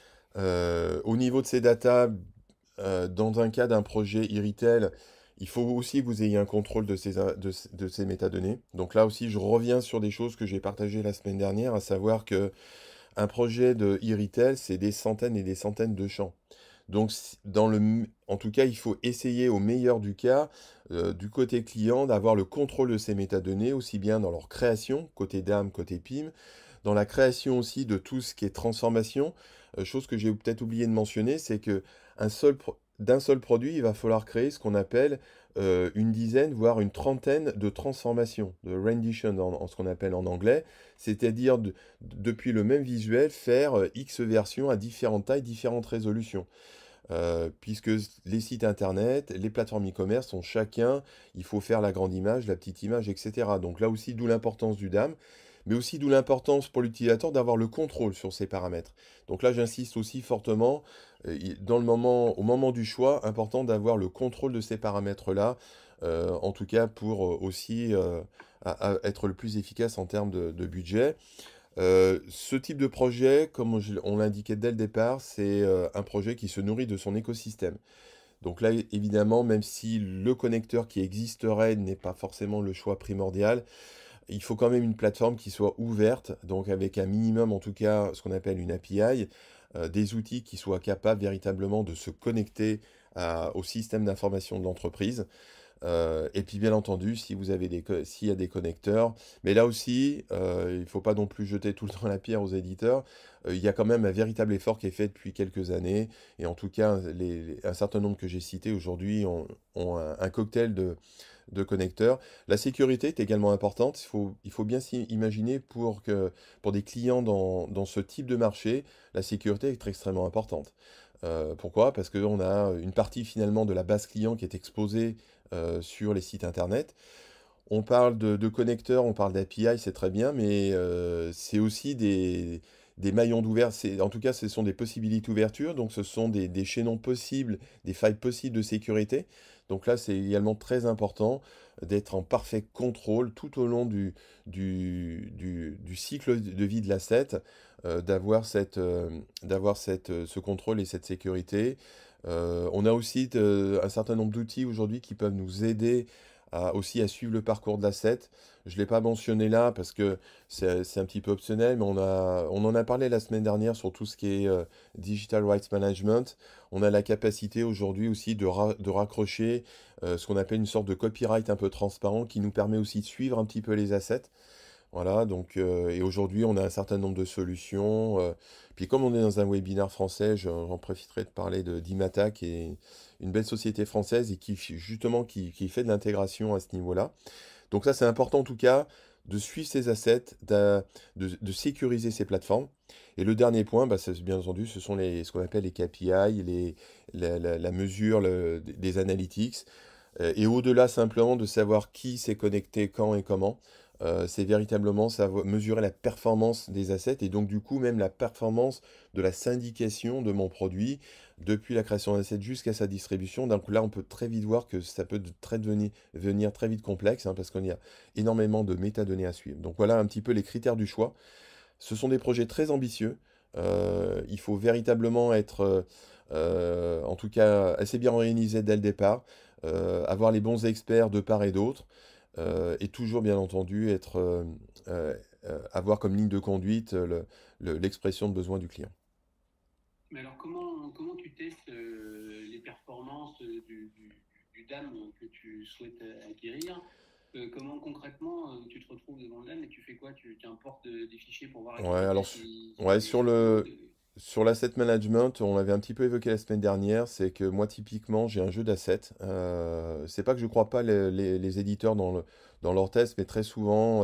Au niveau de ces datas, dans un cas d'un projet e-retail, il faut aussi que vous ayez un contrôle de ces métadonnées. Donc là aussi, je reviens sur des choses que j'ai partagées la semaine dernière, à savoir que un projet de e-retail, c'est des centaines et des centaines de champs. Donc, en tout cas, il faut essayer au meilleur du cas, du côté client, d'avoir le contrôle de ces métadonnées, aussi bien dans leur création, côté DAM, côté PIM, dans la création aussi de tout ce qui est transformation. Chose que j'ai peut-être oublié de mentionner, c'est que d'un seul produit, il va falloir créer ce qu'on appelle une dizaine, voire une trentaine de transformations, de rendition en ce qu'on appelle en anglais, c'est-à-dire depuis le même visuel, faire X versions à différentes tailles, différentes résolutions. Puisque les sites internet, les plateformes e-commerce ont chacun, il faut faire la grande image, la petite image, etc. Donc là aussi, d'où l'importance du DAM, mais aussi d'où l'importance pour l'utilisateur d'avoir le contrôle sur ces paramètres. Donc là, j'insiste aussi fortement, au moment du choix, important d'avoir le contrôle de ces paramètres-là, en tout cas pour aussi être le plus efficace en termes de budget. Ce type de projet, comme on l'indiquait dès le départ, c'est un projet qui se nourrit de son écosystème. Donc là, évidemment, même si le connecteur qui existerait n'est pas forcément le choix primordial, il faut quand même une plateforme qui soit ouverte, donc avec un minimum, en tout cas, ce qu'on appelle une API, des outils qui soient capables véritablement de se connecter au système d'information de l'entreprise. Et puis bien entendu, si vous avez s'il y a des connecteurs, mais là aussi, il ne faut pas non plus jeter tout le temps la pierre aux éditeurs. Il y a quand même un véritable effort qui est fait depuis quelques années. Et en tout cas, un certain nombre que j'ai cités aujourd'hui ont un cocktail de connecteurs. La sécurité est également importante. Il faut bien s'imaginer pour des clients dans ce type de marché, la sécurité est extrêmement importante. Pourquoi? Parce qu'on a une partie finalement de la base client qui est exposée sur les sites internet. On parle de connecteurs, on parle d'API, c'est très bien, mais c'est aussi des maillons d'ouverture. En tout cas, ce sont des possibilités d'ouverture, donc ce sont des chaînons possibles, des failles possibles de sécurité. Donc là, c'est également très important d'être en parfait contrôle tout au long du cycle de vie de l'asset, ce contrôle et cette sécurité. On a aussi un certain nombre d'outils aujourd'hui qui peuvent nous aider aussi à suivre le parcours de l'asset. Je ne l'ai pas mentionné là parce que c'est un petit peu optionnel, mais on en a parlé la semaine dernière sur tout ce qui est Digital Rights Management. On a la capacité aujourd'hui aussi de raccrocher ce qu'on appelle une sorte de copyright un peu transparent qui nous permet aussi de suivre un petit peu les assets. Voilà, donc, et aujourd'hui, on a un certain nombre de solutions. Puis comme on est dans un webinaire français, j'en profiterai de parler d'Imata, qui est une belle société française et justement qui fait de l'intégration à ce niveau-là. Donc ça, c'est important en tout cas de suivre ses assets, de sécuriser ses plateformes. Et le dernier point, bah, bien entendu, ce sont ce qu'on appelle les KPI, la mesure des analytics. Et au-delà simplement de savoir qui s'est connecté quand et comment, c'est véritablement mesurer la performance des assets et donc du coup même la performance de la syndication de mon produit depuis la création d'assets jusqu'à sa distribution. Donc là, on peut très vite voir que ça peut devenir très vite complexe, hein, parce qu'il y a énormément de métadonnées à suivre. Donc voilà un petit peu les critères du choix. Ce sont des projets très ambitieux. Il faut véritablement être, en tout cas, assez bien organisé dès le départ, avoir les bons experts de part et d'autre, et toujours, bien entendu, avoir comme ligne de conduite l'expression de besoin du client. Mais alors, comment tu testes les performances du DAM que tu souhaites acquérir? Comment concrètement tu te retrouves devant le DAM et tu fais quoi? Tu importes des fichiers pour voir avec Ouais, les alors, ETL ouais, si ça flotte? sur l'asset management, on l'avait un petit peu évoqué la semaine dernière, c'est que moi, typiquement, j'ai un jeu d'assets. C'est pas que je crois pas les éditeurs dans leurs tests, mais très souvent,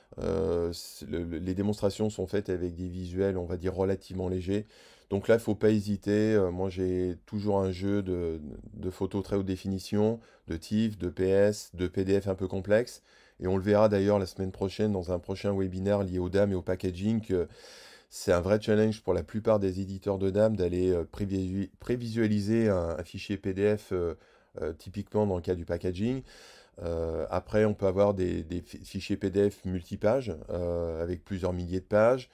les démonstrations sont faites avec des visuels, on va dire, relativement légers. Donc là, il ne faut pas hésiter. Moi, j'ai toujours un jeu de photos très haute définition, de TIFF, de PS, de PDF un peu complexe. Et on le verra d'ailleurs la semaine prochaine dans un prochain webinaire lié aux dames et au packaging, que c'est un vrai challenge pour la plupart des éditeurs de dames d'aller prévisualiser un fichier PDF, typiquement dans le cas du packaging. Après, on peut avoir des fichiers PDF multipages, avec plusieurs milliers de pages.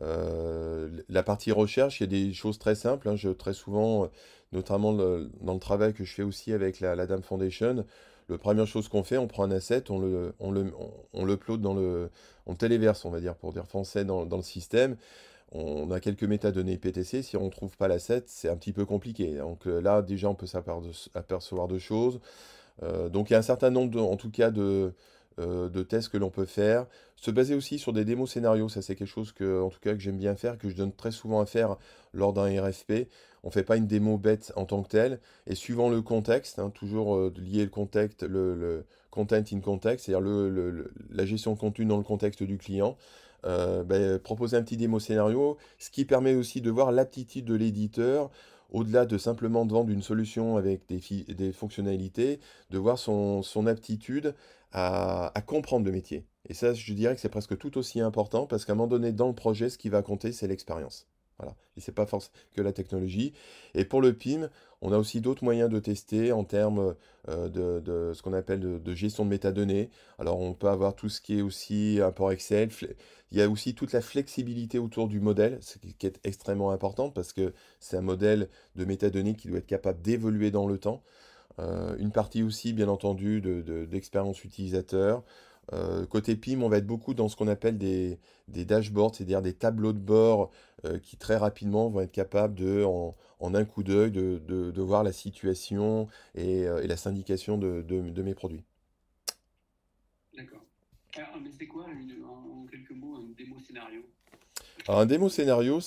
La partie recherche, il y a des choses très simples, hein. Très souvent, notamment dans le travail que je fais aussi avec la Dame Foundation, la première chose qu'on fait, on prend un asset, on l'upload on le téléverse, on va dire, pour dire français, dans le système. On a quelques métadonnées PTC. Si on ne trouve pas l'asset, c'est un petit peu compliqué. Donc là, déjà, on peut s'apercevoir de choses. Donc il y a un certain nombre, en tout cas, de tests que l'on peut faire. Se baser aussi sur des démos scénarios, ça c'est quelque chose que, en tout cas, que j'aime bien faire, que je donne très souvent à faire lors d'un RFP. On ne fait pas une démo bête en tant que telle, et suivant le contexte, hein, toujours lier le contexte, le content in context, c'est-à-dire la gestion de contenu dans le contexte du client. Proposer un petit démo scénario, ce qui permet aussi de voir l'aptitude de l'éditeur, au-delà de simplement de vendre une solution avec des fonctionnalités, de voir son aptitude à comprendre le métier. Et ça, je dirais que c'est presque tout aussi important parce qu'à un moment donné, dans le projet, ce qui va compter, c'est l'expérience. Voilà. Et c'est pas forcément que la technologie. Et pour le PIM, on a aussi d'autres moyens de tester en termes de ce qu'on appelle de gestion de métadonnées. Alors, on peut avoir tout ce qui est aussi import Excel. Il y a aussi toute la flexibilité autour du modèle, ce qui est extrêmement importante parce que c'est un modèle de métadonnées qui doit être capable d'évoluer dans le temps. Une partie aussi, bien entendu, d'expérience utilisateur. Côté PIM, on va être beaucoup dans ce qu'on appelle des dashboards, c'est-à-dire des tableaux de bord qui très rapidement vont être capables en un coup d'œil, de voir la situation et la syndication de mes produits. D'accord. Alors, mais c'est quoi, en quelques mots, un démo scénario? Alors, un démo scénario,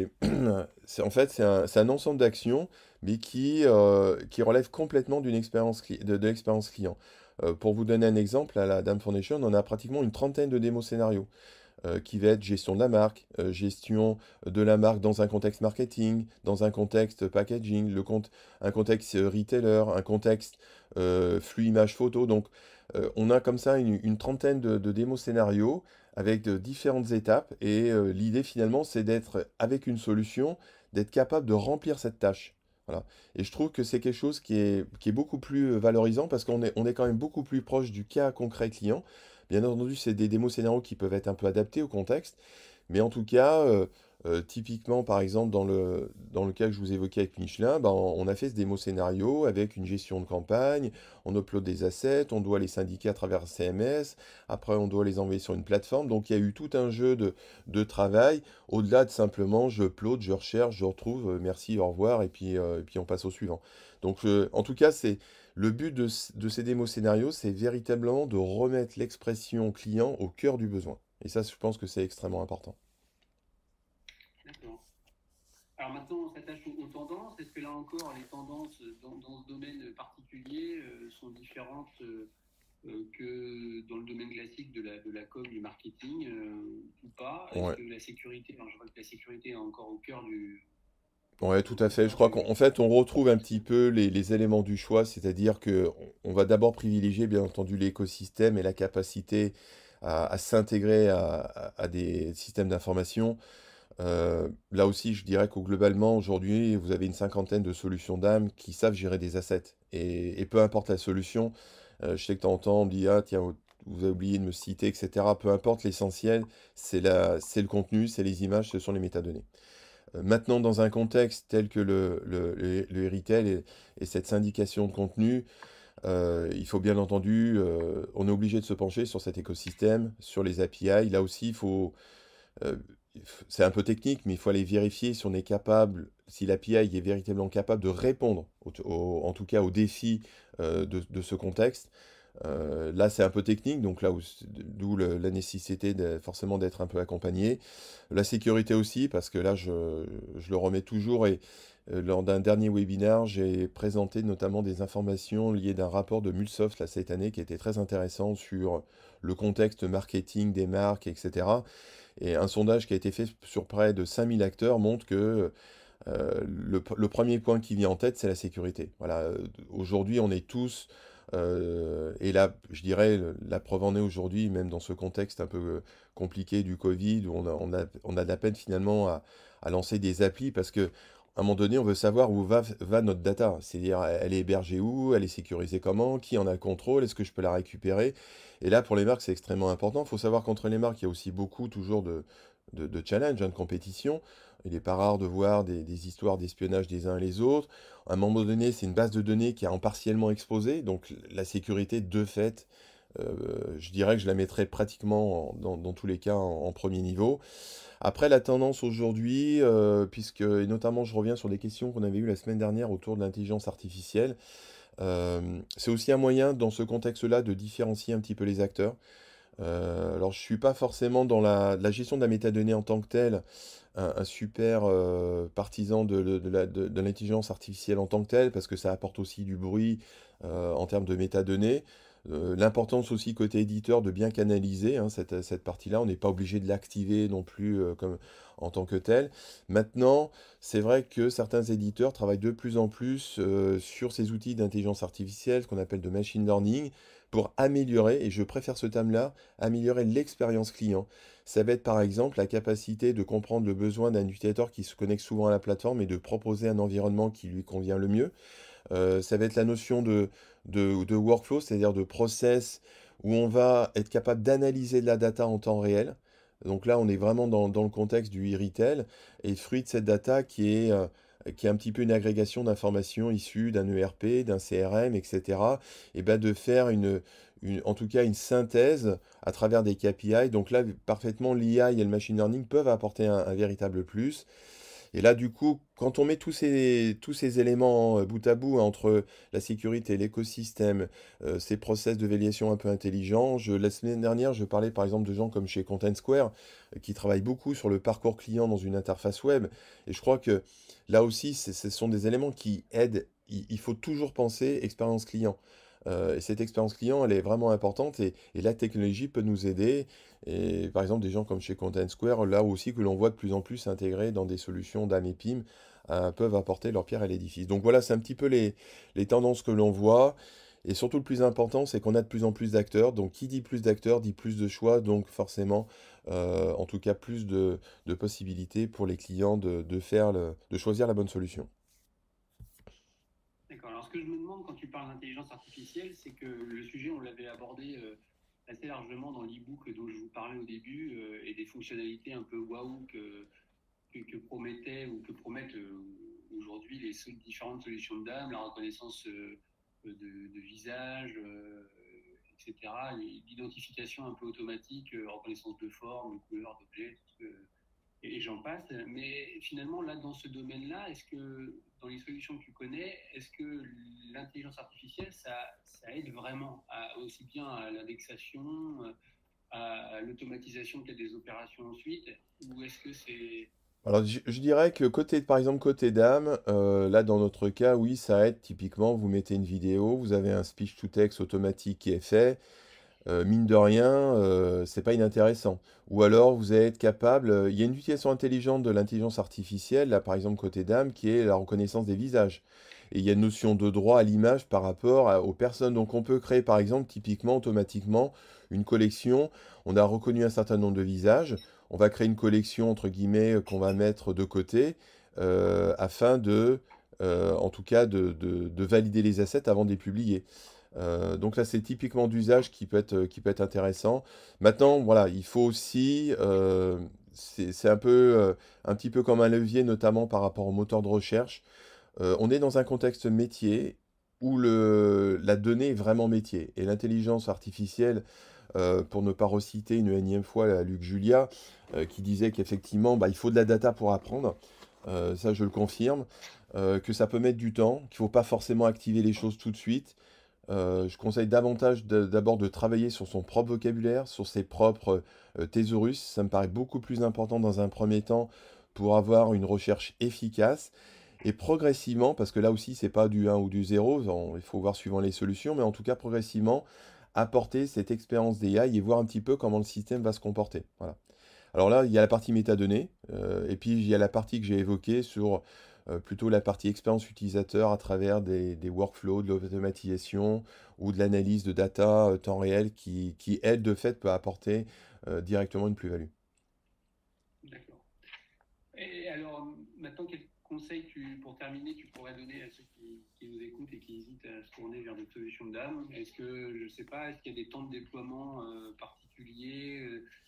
en fait, c'est un ensemble d'actions, mais qui relève complètement de l'expérience client. Pour vous donner un exemple, à la Dame Foundation, on a pratiquement une trentaine de démos scénarios, qui va être gestion de la marque, gestion de la marque dans un contexte marketing, dans un contexte packaging, un contexte retailer, un contexte flux image photo. Donc, on a comme ça une trentaine de démos scénarios avec de différentes étapes. Et l'idée finalement, c'est d'être avec une solution, d'être capable de remplir cette tâche. Voilà. Et je trouve que c'est quelque chose qui est beaucoup plus valorisant parce on est quand même beaucoup plus proche du cas concret client. Bien entendu, c'est des démos scénarios qui peuvent être un peu adaptés au contexte, mais en tout cas, typiquement, par exemple, dans le cas que je vous évoquais avec Michelin, ben, on a fait ce démo scénario avec une gestion de campagne, on upload des assets, on doit les syndiquer à travers un CMS, après on doit les envoyer sur une plateforme, donc il y a eu tout un jeu de travail, au-delà de simplement je upload, je recherche, je retrouve, merci, au revoir, et puis on passe au suivant. Donc en tout cas, le but de ces démos scénarios, c'est véritablement de remettre l'expression client au cœur du besoin. Et ça, je pense que c'est extrêmement important. D'accord. Alors maintenant, on s'attache aux tendances. Est-ce que là encore, les tendances dans ce domaine particulier sont différentes que dans le domaine classique de la com, du marketing ou pas? Est-ce Ouais. que la sécurité, alors je vois que la sécurité est encore Ouais, tout à au fait. Je cœur crois qu'en fait, on du retrouve un petit contexte. peu les éléments du choix, c'est-à-dire que on va d'abord privilégier, bien entendu, l'écosystème et la capacité à s'intégrer à des systèmes d'information. Là aussi, je dirais que globalement, aujourd'hui, vous avez une cinquantaine de solutions d'âme qui savent gérer des assets. Et peu importe la solution, je sais que tu entends, on me dit, ah tiens, vous avez oublié de me citer, etc. Peu importe, l'essentiel, c'est le contenu, c'est les images, ce sont les métadonnées. Maintenant, dans un contexte tel que le retail et cette syndication de contenu, il faut bien entendu, on est obligé de se pencher sur cet écosystème, sur les API. Là aussi, il faut, euh, c'est un peu technique, mais il faut aller vérifier si on est capable, si l'API est véritablement capable de répondre, en tout cas aux défis de ce contexte. Là, c'est un peu technique, donc là, d'où la nécessité forcément d'être un peu accompagné. La sécurité aussi, parce que là, je le remets toujours, et lors d'un dernier webinaire, j'ai présenté notamment des informations liées d'un rapport de Mulsoft là, cette année qui était très intéressant sur le contexte marketing des marques, etc. Et un sondage qui a été fait sur près de 5000 acteurs montre que le premier point qui vient en tête, c'est la sécurité. Voilà, aujourd'hui, on est tous, et là, je dirais, la preuve en est aujourd'hui, même dans ce contexte un peu compliqué du Covid, où on a de la peine finalement à lancer des applis, parce que à un moment donné, on veut savoir où va notre data. C'est-à-dire, elle est hébergée où, elle est sécurisée comment, qui en a le contrôle, est-ce que je peux la récupérer? Et là, pour les marques, c'est extrêmement important. Il faut savoir qu'entre les marques, il y a aussi beaucoup toujours de challenges, hein, de compétition. Il n'est pas rare de voir des histoires d'espionnage des uns et les autres. À un moment donné, c'est une base de données qui est en partiellement exposée, donc la sécurité, de fait, je dirais que je la mettrais pratiquement dans tous les cas en premier niveau. Après, la tendance aujourd'hui, puisque, et notamment je reviens sur des questions qu'on avait eues la semaine dernière autour de l'intelligence artificielle, c'est aussi un moyen dans ce contexte-là de différencier un petit peu les acteurs. Alors, je suis pas forcément dans la gestion de la métadonnée en tant que telle, un super partisan de l'intelligence artificielle en tant que telle, parce que ça apporte aussi du bruit en termes de métadonnées. L'importance aussi côté éditeur de bien canaliser, hein, cette partie-là. On n'est pas obligé de l'activer non plus comme, en tant que tel. Maintenant, c'est vrai que certains éditeurs travaillent de plus en plus sur ces outils d'intelligence artificielle, ce qu'on appelle de machine learning, pour améliorer, et je préfère ce terme-là, améliorer l'expérience client. Ça va être par exemple la capacité de comprendre le besoin d'un utilisateur qui se connecte souvent à la plateforme et de proposer un environnement qui lui convient le mieux. Ça va être la notion de workflow, c'est-à-dire de process, où on va être capable d'analyser de la data en temps réel. Donc là, on est vraiment dans le contexte du e-retail et fruit de cette data qui est un petit peu une agrégation d'informations issues d'un ERP, d'un CRM, etc. Et ben de faire en tout cas une synthèse à travers des KPI. Donc là, parfaitement, l'IA et le machine learning peuvent apporter un véritable plus. Et là, du coup, quand on met tous ces éléments bout à bout, hein, entre la sécurité, l'écosystème, ces process de validation un peu intelligents, la semaine dernière, je parlais par exemple de gens comme chez Content Square, qui travaillent beaucoup sur le parcours client dans une interface web. Et je crois que là aussi, ce sont des éléments qui aident. Il faut toujours penser expérience client. Et cette expérience client, elle est vraiment importante et la technologie peut nous aider. Et par exemple, des gens comme chez Content Square, là aussi que l'on voit de plus en plus intégrés dans des solutions d'AM et PIM, peuvent apporter leur pierre à l'édifice. Donc voilà, c'est un petit peu les tendances que l'on voit. Et surtout, le plus important, c'est qu'on a de plus en plus d'acteurs. Donc, qui dit plus d'acteurs dit plus de choix. Donc, forcément, en tout cas, plus de possibilités pour les clients de choisir la bonne solution. D'accord. Alors, ce que je me demande quand tu parles d'intelligence artificielle, c'est que le sujet, on l'avait abordé assez largement dans l'e-book dont je vous parlais au début et des fonctionnalités un peu waouh que promettaient ou que promettent aujourd'hui les différentes solutions de DAM, la reconnaissance de visage, etc., l'identification un peu automatique, reconnaissance de forme, de couleur, d'objets, et j'en passe. Mais finalement, là, dans ce domaine-là, est-ce que, dans les solutions que tu connais, est-ce que l'intelligence artificielle, ça aide vraiment aussi bien à l'indexation à l'automatisation peut-être des opérations ensuite, ou est-ce que c'est... Alors, je dirais que par exemple, côté dame, là, dans notre cas, oui, ça aide. Typiquement, vous mettez une vidéo, vous avez un speech to text automatique qui est fait. Mine de rien, c'est pas inintéressant. Ou alors, vous allez être capable, il y a une utilisation intelligente de l'intelligence artificielle, là, par exemple, côté dame, qui est la reconnaissance des visages. Et il y a une notion de droit à l'image par rapport aux personnes. Donc, on peut créer, par exemple, typiquement, automatiquement, une collection. On a reconnu un certain nombre de visages. On va créer une collection, entre guillemets, qu'on va mettre de côté, afin en tout cas, de valider les assets avant de les publier. Donc là, c'est typiquement d'usage qui peut être intéressant. Maintenant, voilà, il faut aussi, c'est un petit peu comme un levier, notamment par rapport au moteur de recherche. On est dans un contexte métier où la donnée est vraiment métier. Et l'intelligence artificielle, pour ne pas reciter une énième fois Luc Julia, qui disait qu'effectivement, bah, il faut de la data pour apprendre. Ça, je le confirme. Que ça peut mettre du temps, qu'il ne faut pas forcément activer les choses tout de suite. Je conseille davantage d'abord de travailler sur son propre vocabulaire, sur ses propres thésaurus. Ça me paraît beaucoup plus important dans un premier temps pour avoir une recherche efficace. Et progressivement, parce que là aussi, c'est pas du un ou du zéro, il faut voir suivant les solutions, mais en tout cas, progressivement, apporter cette expérience d'AI et voir un petit peu comment le système va se comporter. Voilà. Alors là, il y a la partie métadonnées, et puis il y a la partie que j'ai évoquée sur plutôt la partie expérience utilisateur à travers des workflows, de l'automatisation ou de l'analyse de data temps réel qui aide de fait, peut apporter directement une plus-value. D'accord. Et alors, maintenant, quel conseil pour terminer, tu pourrais donner à ceux qui nous écoutent et qui hésitent à se tourner vers des solutions d'âme? Est-ce que, je ne sais pas, est-ce qu'il y a des temps de déploiement particuliers?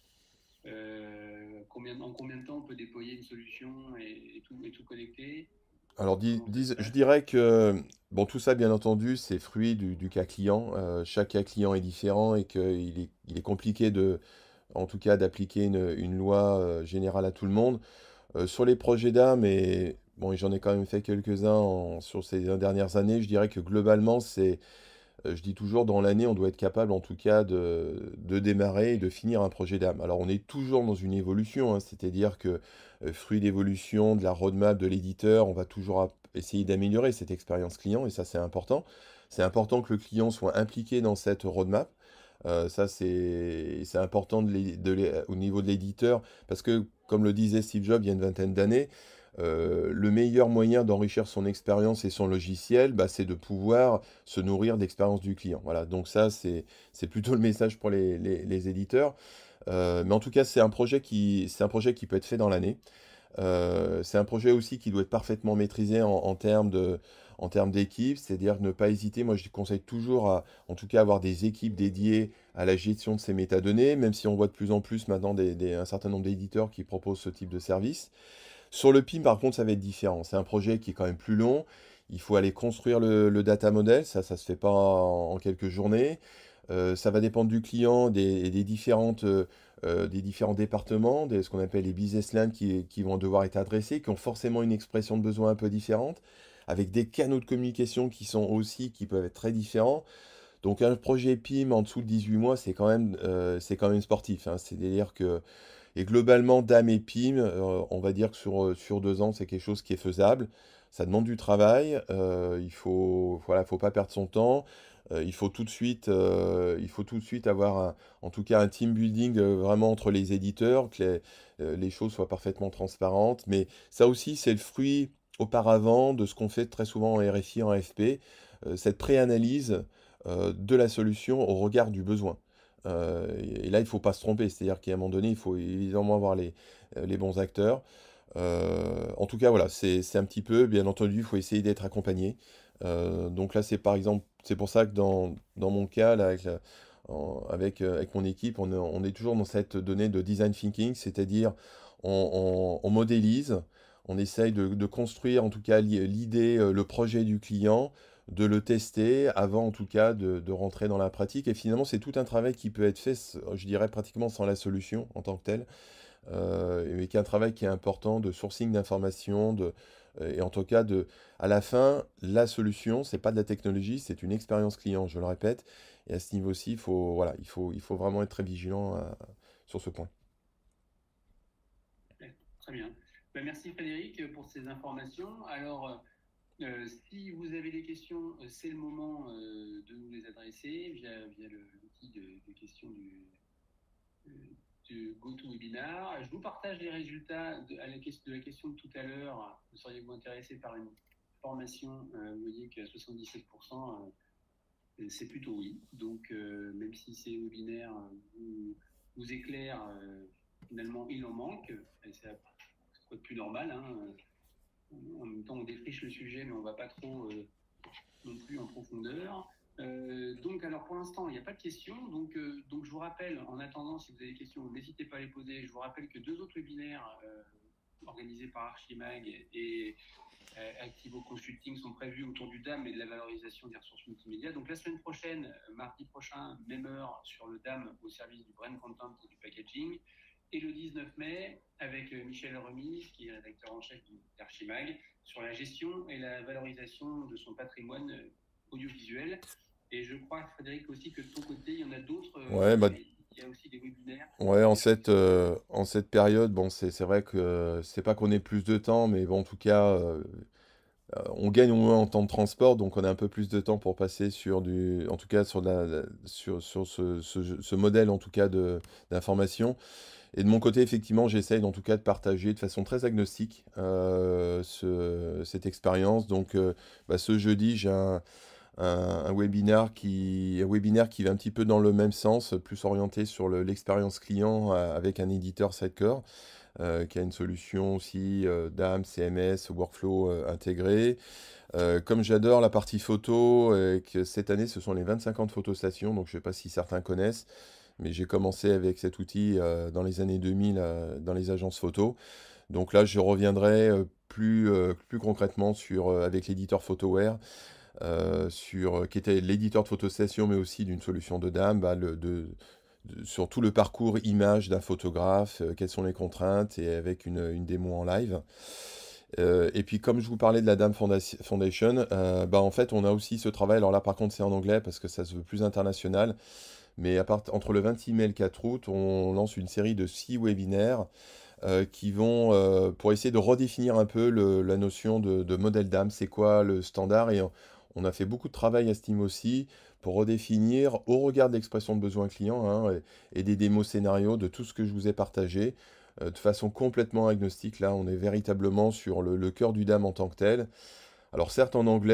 En combien de temps on peut déployer une solution et tout connecter? Alors, Comment ça se je passe? dirais que bon, tout ça, bien entendu, c'est fruit du cas client. Chaque cas client est différent et il est compliqué en tout cas, d'appliquer une loi générale à tout le monde. Sur les projets d'âme, et bon, et j'en ai quand même fait quelques-uns sur ces dernières années, je dirais que globalement, je dis toujours, dans l'année, on doit être capable en tout cas de démarrer et de finir un projet d'âme. Alors on est toujours dans une évolution, hein, c'est-à-dire que fruit d'évolution, de la roadmap de l'éditeur, on va toujours essayer d'améliorer cette expérience client, et ça c'est important. C'est important que le client soit impliqué dans cette roadmap. Ça, c'est important au niveau de l'éditeur, parce que, comme le disait Steve Jobs il y a une vingtaine d'années, le meilleur moyen d'enrichir son expérience et son logiciel, bah, c'est de pouvoir se nourrir d'expérience du client. Voilà, donc ça, c'est plutôt le message pour les éditeurs. Mais en tout cas, c'est un projet qui peut être fait dans l'année. C'est un projet aussi qui doit être parfaitement maîtrisé en termes d'équipe, c'est-à-dire ne pas hésiter. Moi, je conseille toujours en tout cas, avoir des équipes dédiées à la gestion de ces métadonnées, même si on voit de plus en plus maintenant un certain nombre d'éditeurs qui proposent ce type de service. Sur le PIM, par contre, ça va être différent. C'est un projet qui est quand même plus long. Il faut aller construire le data model. Ça se fait pas en quelques journées. Ça va dépendre du client, des différents départements, ce qu'on appelle les business lines qui vont devoir être adressés, qui ont forcément une expression de besoin un peu différente, avec des canaux de communication qui peuvent être très différents. Donc un projet PIM en dessous de 18 mois, c'est quand même sportif, hein. C'est-à-dire que, et globalement, DAM et PIM, on va dire que sur 2 ans, c'est quelque chose qui est faisable. Ça demande du travail, voilà, faut pas perdre son temps. Il faut tout de suite avoir en tout cas un team building vraiment entre les éditeurs, que les choses soient parfaitement transparentes. Mais ça aussi, c'est le fruit auparavant de ce qu'on fait très souvent en RFI, en FP, cette pré-analyse de la solution au regard du besoin. Et là, il ne faut pas se tromper, c'est-à-dire qu'à un moment donné, il faut évidemment avoir les bons acteurs. En tout cas, voilà, c'est un petit peu, bien entendu, il faut essayer d'être accompagné. Donc là, c'est par exemple, c'est pour ça que dans mon cas, là, avec mon équipe, on est toujours dans cette donnée de design thinking, c'est-à-dire on modélise, on essaye de construire en tout cas l'idée, le projet du client, de le tester avant en tout cas de rentrer dans la pratique. Et finalement, c'est tout un travail qui peut être fait, je dirais, pratiquement sans la solution en tant que telle, mais qui est un travail qui est important de sourcing d'informations, Et en tout cas, à la fin, la solution, c'est pas de la technologie, c'est une expérience client, je le répète. Et à ce niveau-ci, voilà, il faut vraiment être très vigilant sur ce point. Ouais, très bien. Ben, merci Frédéric pour ces informations. Alors, si vous avez des questions, c'est le moment de nous les adresser via l'outil de questions euh, du GoToWebinar. Je vous partage les résultats de la question de tout à l'heure. Seriez-vous intéressé par une formation? Vous voyez qu'à 77%, c'est plutôt oui. Donc, même si ces webinaires vous éclairent, finalement, il en manque. Et c'est quoi de plus normal, hein. En même temps, on défriche le sujet, mais on ne va pas trop non plus en profondeur. Donc, alors pour l'instant, il n'y a pas de questions. Donc, je vous rappelle, en attendant, si vous avez des questions, n'hésitez pas à les poser. Je vous rappelle que 2 autres webinaires organisés par Archimag et Activo Consulting sont prévus autour du DAM et de la valorisation des ressources multimédia. Donc, la semaine prochaine, mardi prochain, même heure, sur le DAM au service du brand content et du packaging. Et le 19 mai, avec Michel Remise, qui est rédacteur en chef d'Archimag, sur la gestion et la valorisation de son patrimoine audiovisuel. Et je crois, Frédéric, aussi que de ton côté, il y en a d'autres. Ouais, bah, Il y a aussi des webinaires. ouais, en cette période, bon, c'est vrai que c'est pas qu'on ait plus de temps, mais bon, en tout cas, on gagne au moins en temps de transport, donc on a un peu plus de temps pour passer en tout cas sur sur ce modèle en tout cas d'information. Et de mon côté, effectivement, j'essaye en tout cas de partager de façon très agnostique cette expérience. Donc, ce jeudi, j'ai un un webinaire qui va un petit peu dans le même sens, plus orienté sur l'expérience client avec un éditeur Sidecore qui a une solution aussi DAM, CMS, workflow intégré. Comme j'adore la partie photo, que cette année ce sont les 25 ans de photostations, donc je ne sais pas si certains connaissent, mais j'ai commencé avec cet outil dans les années 2000 dans les agences photo. Donc là, je reviendrai plus concrètement avec l'éditeur PhotoWare, qui était l'éditeur de photostation, mais aussi d'une solution de DAM, sur tout le parcours image d'un photographe, quelles sont les contraintes, et avec une démo en live. Et puis comme je vous parlais de la DAM Foundation, en fait on a aussi ce travail, alors là par contre c'est en anglais parce que ça se veut plus international, mais entre le 26 mai et le 4 août, on lance une série de 6 webinaires qui vont, pour essayer de redéfinir un peu la notion de modèle d'âme, c'est quoi le standard, et on a fait beaucoup de travail à ce niveau aussi pour redéfinir au regard de l'expression de besoin client, hein, et des démos scénarios de tout ce que je vous ai partagé, de façon complètement agnostique. Là, on est véritablement sur le cœur du DAM en tant que tel. Alors certes en anglais,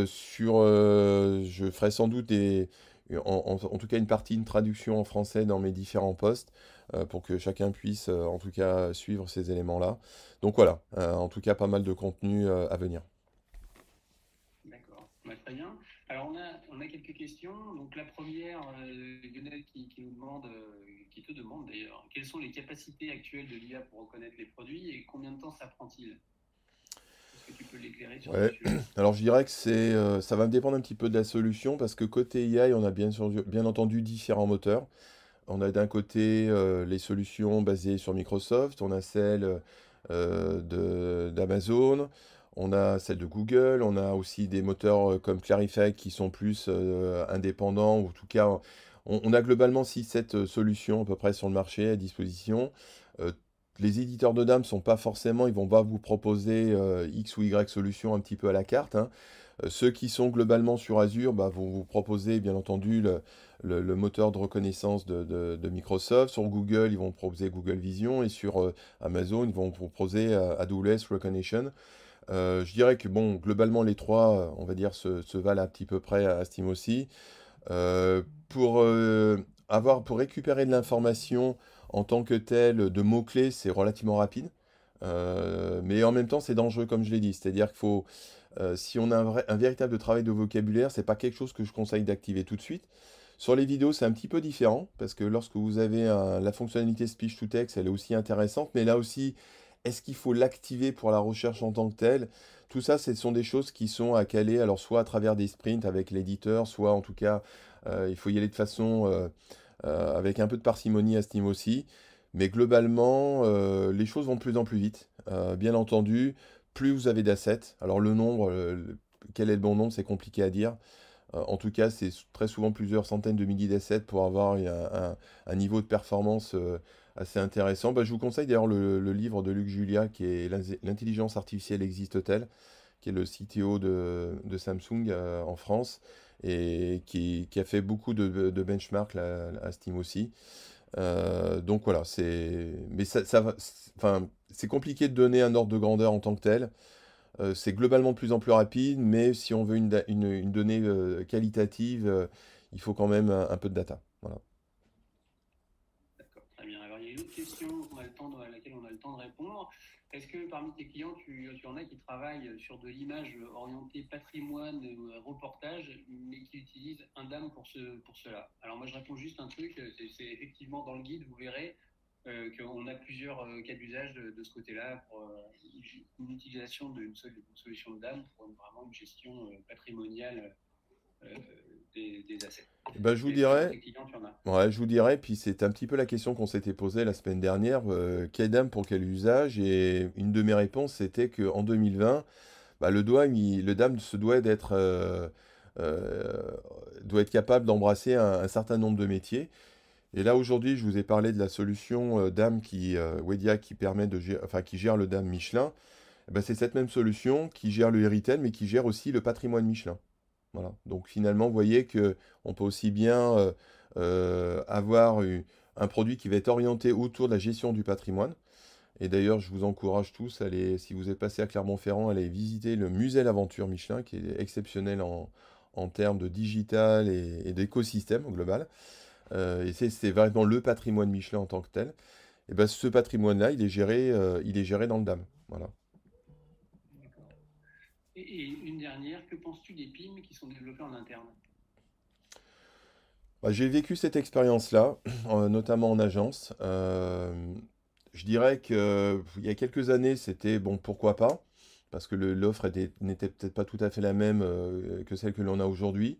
je ferai sans doute en tout cas une traduction en français dans mes différents posts pour que chacun puisse en tout cas suivre ces éléments-là. Donc voilà, en tout cas pas mal de contenu à venir. D'accord, très bien. Alors on a quelques questions. Donc la première, Lionel qui nous demande, qui te demande d'ailleurs, quelles sont les capacités actuelles de l'IA pour reconnaître les produits et combien de temps ça prend-il? Est-ce que tu peux l'éclairer sur ce Ouais, sujet? alors je dirais que ça va me dépendre un petit peu de la solution parce que côté AI, on a bien entendu différents moteurs. On a d'un côté les solutions basées sur Microsoft, on a celles d'Amazon, on a celles de Google, on a aussi des moteurs comme Clarify qui sont plus indépendants, ou en tout cas, on a globalement 6-7 solutions à peu près sur le marché à disposition. Euh, les éditeurs de dames sont pas forcément, ils vont pas vous proposer X ou Y solutions un petit peu à la carte, hein. Ceux qui sont globalement sur Azure vont vous proposer bien entendu le moteur de reconnaissance de Microsoft. Sur Google, ils vont proposer Google Vision, et sur Amazon, ils vont proposer AWS Recognition. Je dirais que bon, globalement, les trois, on va dire, se valent à petit peu près à ce niveau aussi. Pour pour récupérer de l'information en tant que tel, de mots-clés, c'est relativement rapide. Mais en même temps, c'est dangereux, comme je l'ai dit. C'est-à-dire qu'il faut, si on a un véritable travail de vocabulaire, c'est pas quelque chose que je conseille d'activer tout de suite. Sur les vidéos, c'est un petit peu différent, parce que lorsque vous avez la fonctionnalité speech to text, elle est aussi intéressante, mais là aussi, est-ce qu'il faut l'activer pour la recherche en tant que telle? Tout ça, ce sont des choses qui sont à caler, alors soit à travers des sprints avec l'éditeur, soit en tout cas, il faut y aller de façon avec un peu de parcimonie à ce niveau aussi. Mais globalement, les choses vont de plus en plus vite. Bien entendu, plus vous avez d'assets. Alors le nombre, quel est le bon nombre, c'est compliqué à dire. En tout cas, c'est très souvent plusieurs centaines de milliers d'assets pour avoir un niveau de performance assez intéressant. Bah, je vous conseille d'ailleurs le livre de Luc Julia qui est L'intelligence artificielle existe-t-elle, qui est le CTO de Samsung en France et qui a fait beaucoup de benchmarks là, à Steam aussi. Donc voilà, mais enfin, c'est compliqué de donner un ordre de grandeur en tant que tel. C'est globalement de plus en plus rapide, mais si on veut une donnée qualitative, il faut quand même un peu de data. Voilà. D'accord, très bien. Alors, il y a une autre question à laquelle on a le temps de répondre. Est-ce que parmi tes clients, tu en as qui travaillent sur de l'image orientée patrimoine, reportage, mais qui utilisent un DAM pour cela? Alors, moi, je réponds juste un truc. C'est effectivement dans le guide, vous verrez qu'on a plusieurs cas d'usage de ce côté-là pour une utilisation d'une solution de DAM pour vraiment une gestion patrimoniale euh, des assets. Ben, je vous Est-ce que dans dirais, tes clients, tu en as? ouais, je vous dirais, puis c'est un petit peu la question qu'on s'était posée la semaine dernière, quelle dame pour quel usage? Et une de mes réponses, c'était qu'en 2020, bah, le dame euh, doit être capable d'embrasser un certain nombre de métiers. Et là, aujourd'hui, je vous ai parlé de la solution DAM Wedia qui permet enfin, qui gère le DAM Michelin. Eh ben, c'est cette même solution qui gère le retail, mais qui gère aussi le patrimoine Michelin. Voilà. Donc finalement, vous voyez que on peut aussi bien avoir un produit qui va être orienté autour de la gestion du patrimoine. Et d'ailleurs, je vous encourage tous à aller, si vous êtes passé à Clermont-Ferrand, à aller visiter le musée L'Aventure Michelin, qui est exceptionnel en termes de digital et d'écosystème au global. Et c'est vraiment le patrimoine Michelin en tant que tel. Et ben, ce patrimoine-là, il est géré dans le DAM. Voilà. D'accord. Et une dernière, que penses-tu des PIM qui sont développés en interne? Bah, j'ai vécu cette expérience-là, notamment en agence. Je dirais que il y a quelques années, c'était bon, pourquoi pas, parce que l'offre n'était peut-être pas tout à fait la même que celle que l'on a aujourd'hui.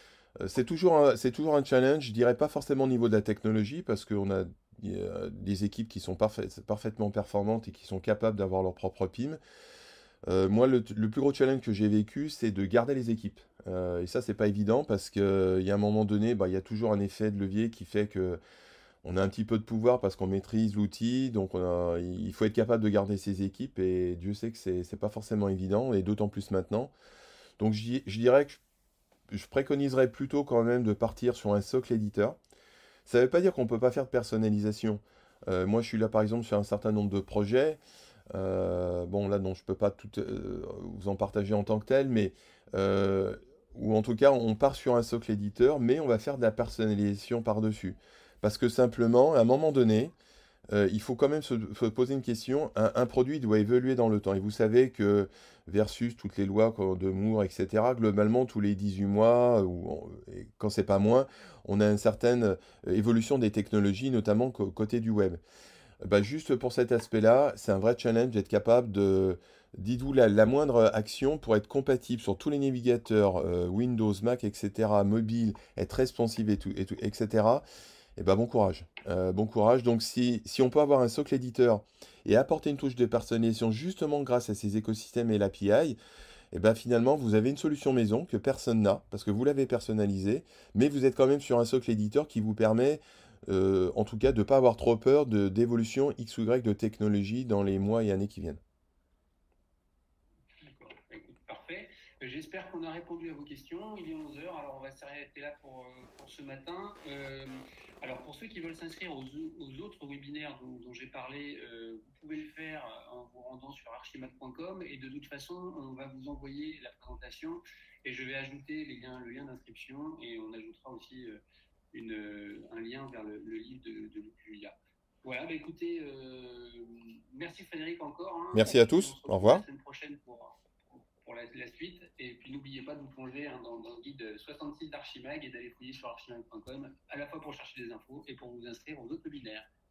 C'est toujours un challenge, je dirais pas forcément au niveau de la technologie, parce qu'on a des équipes qui sont parfaitement performantes et qui sont capables d'avoir leur propre PIM. Moi, le plus gros challenge que j'ai vécu, c'est de garder les équipes. Et ça, c'est pas évident parce qu'il y a un moment donné, bah, il y a toujours un effet de levier qui fait que on a un petit peu de pouvoir parce qu'on maîtrise l'outil. Donc, il faut être capable de garder ses équipes. Et Dieu sait que c'est pas forcément évident, et d'autant plus maintenant. Donc, je dirais que je préconiserais plutôt quand même de partir sur un socle éditeur. Ça ne veut pas dire qu'on ne peut pas faire de personnalisation. Moi, je suis là, par exemple, sur un certain nombre de projets. Bon, là, non, je peux pas tout vous en partager en tant que tel, mais euh, ou en tout cas, on part sur un socle éditeur, mais on va faire de la personnalisation par-dessus. Parce que simplement, à un moment donné, il faut quand même se poser une question. Un produit doit évoluer dans le temps. Et vous savez que versus toutes les lois de Moore, etc., globalement, tous les 18 mois, et quand c'est pas moins, on a une certaine évolution des technologies, notamment côté du web. Bah, juste pour cet aspect-là, c'est un vrai challenge d'être capable dites-vous, la moindre action pour être compatible sur tous les navigateurs, Windows, Mac, etc., mobile, être responsive etc. Et ben bon courage. Bon courage. Donc si on peut avoir un socle éditeur et apporter une touche de personnalisation justement grâce à ces écosystèmes et l'API, et ben finalement vous avez une solution maison que personne n'a parce que vous l'avez personnalisée, mais vous êtes quand même sur un socle éditeur qui vous permet en tout cas de ne pas avoir trop peur d'évolution X ou Y de technologie dans les mois et années qui viennent. D'accord. Écoute, parfait. J'espère qu'on a répondu à vos questions. Il est 11 heures, alors on va s'arrêter là pour ce matin. Alors pour ceux qui veulent s'inscrire aux autres webinaires dont j'ai parlé, vous pouvez le faire en vous rendant sur archimate.com et de toute façon, on va vous envoyer la présentation et je vais ajouter le lien d'inscription et on ajoutera aussi un lien vers le livre de Luc Julia. Voilà, bah écoutez, merci Frédéric encore, hein, Merci et à puis on tous. se Au retrouve la revoir. semaine prochaine pour la suite. Et puis n'oubliez pas de vous plonger dans le guide 66 d'Archimag et d'aller fouiller sur archimag.com, à la fois pour chercher des infos et pour vous inscrire aux autres webinaires.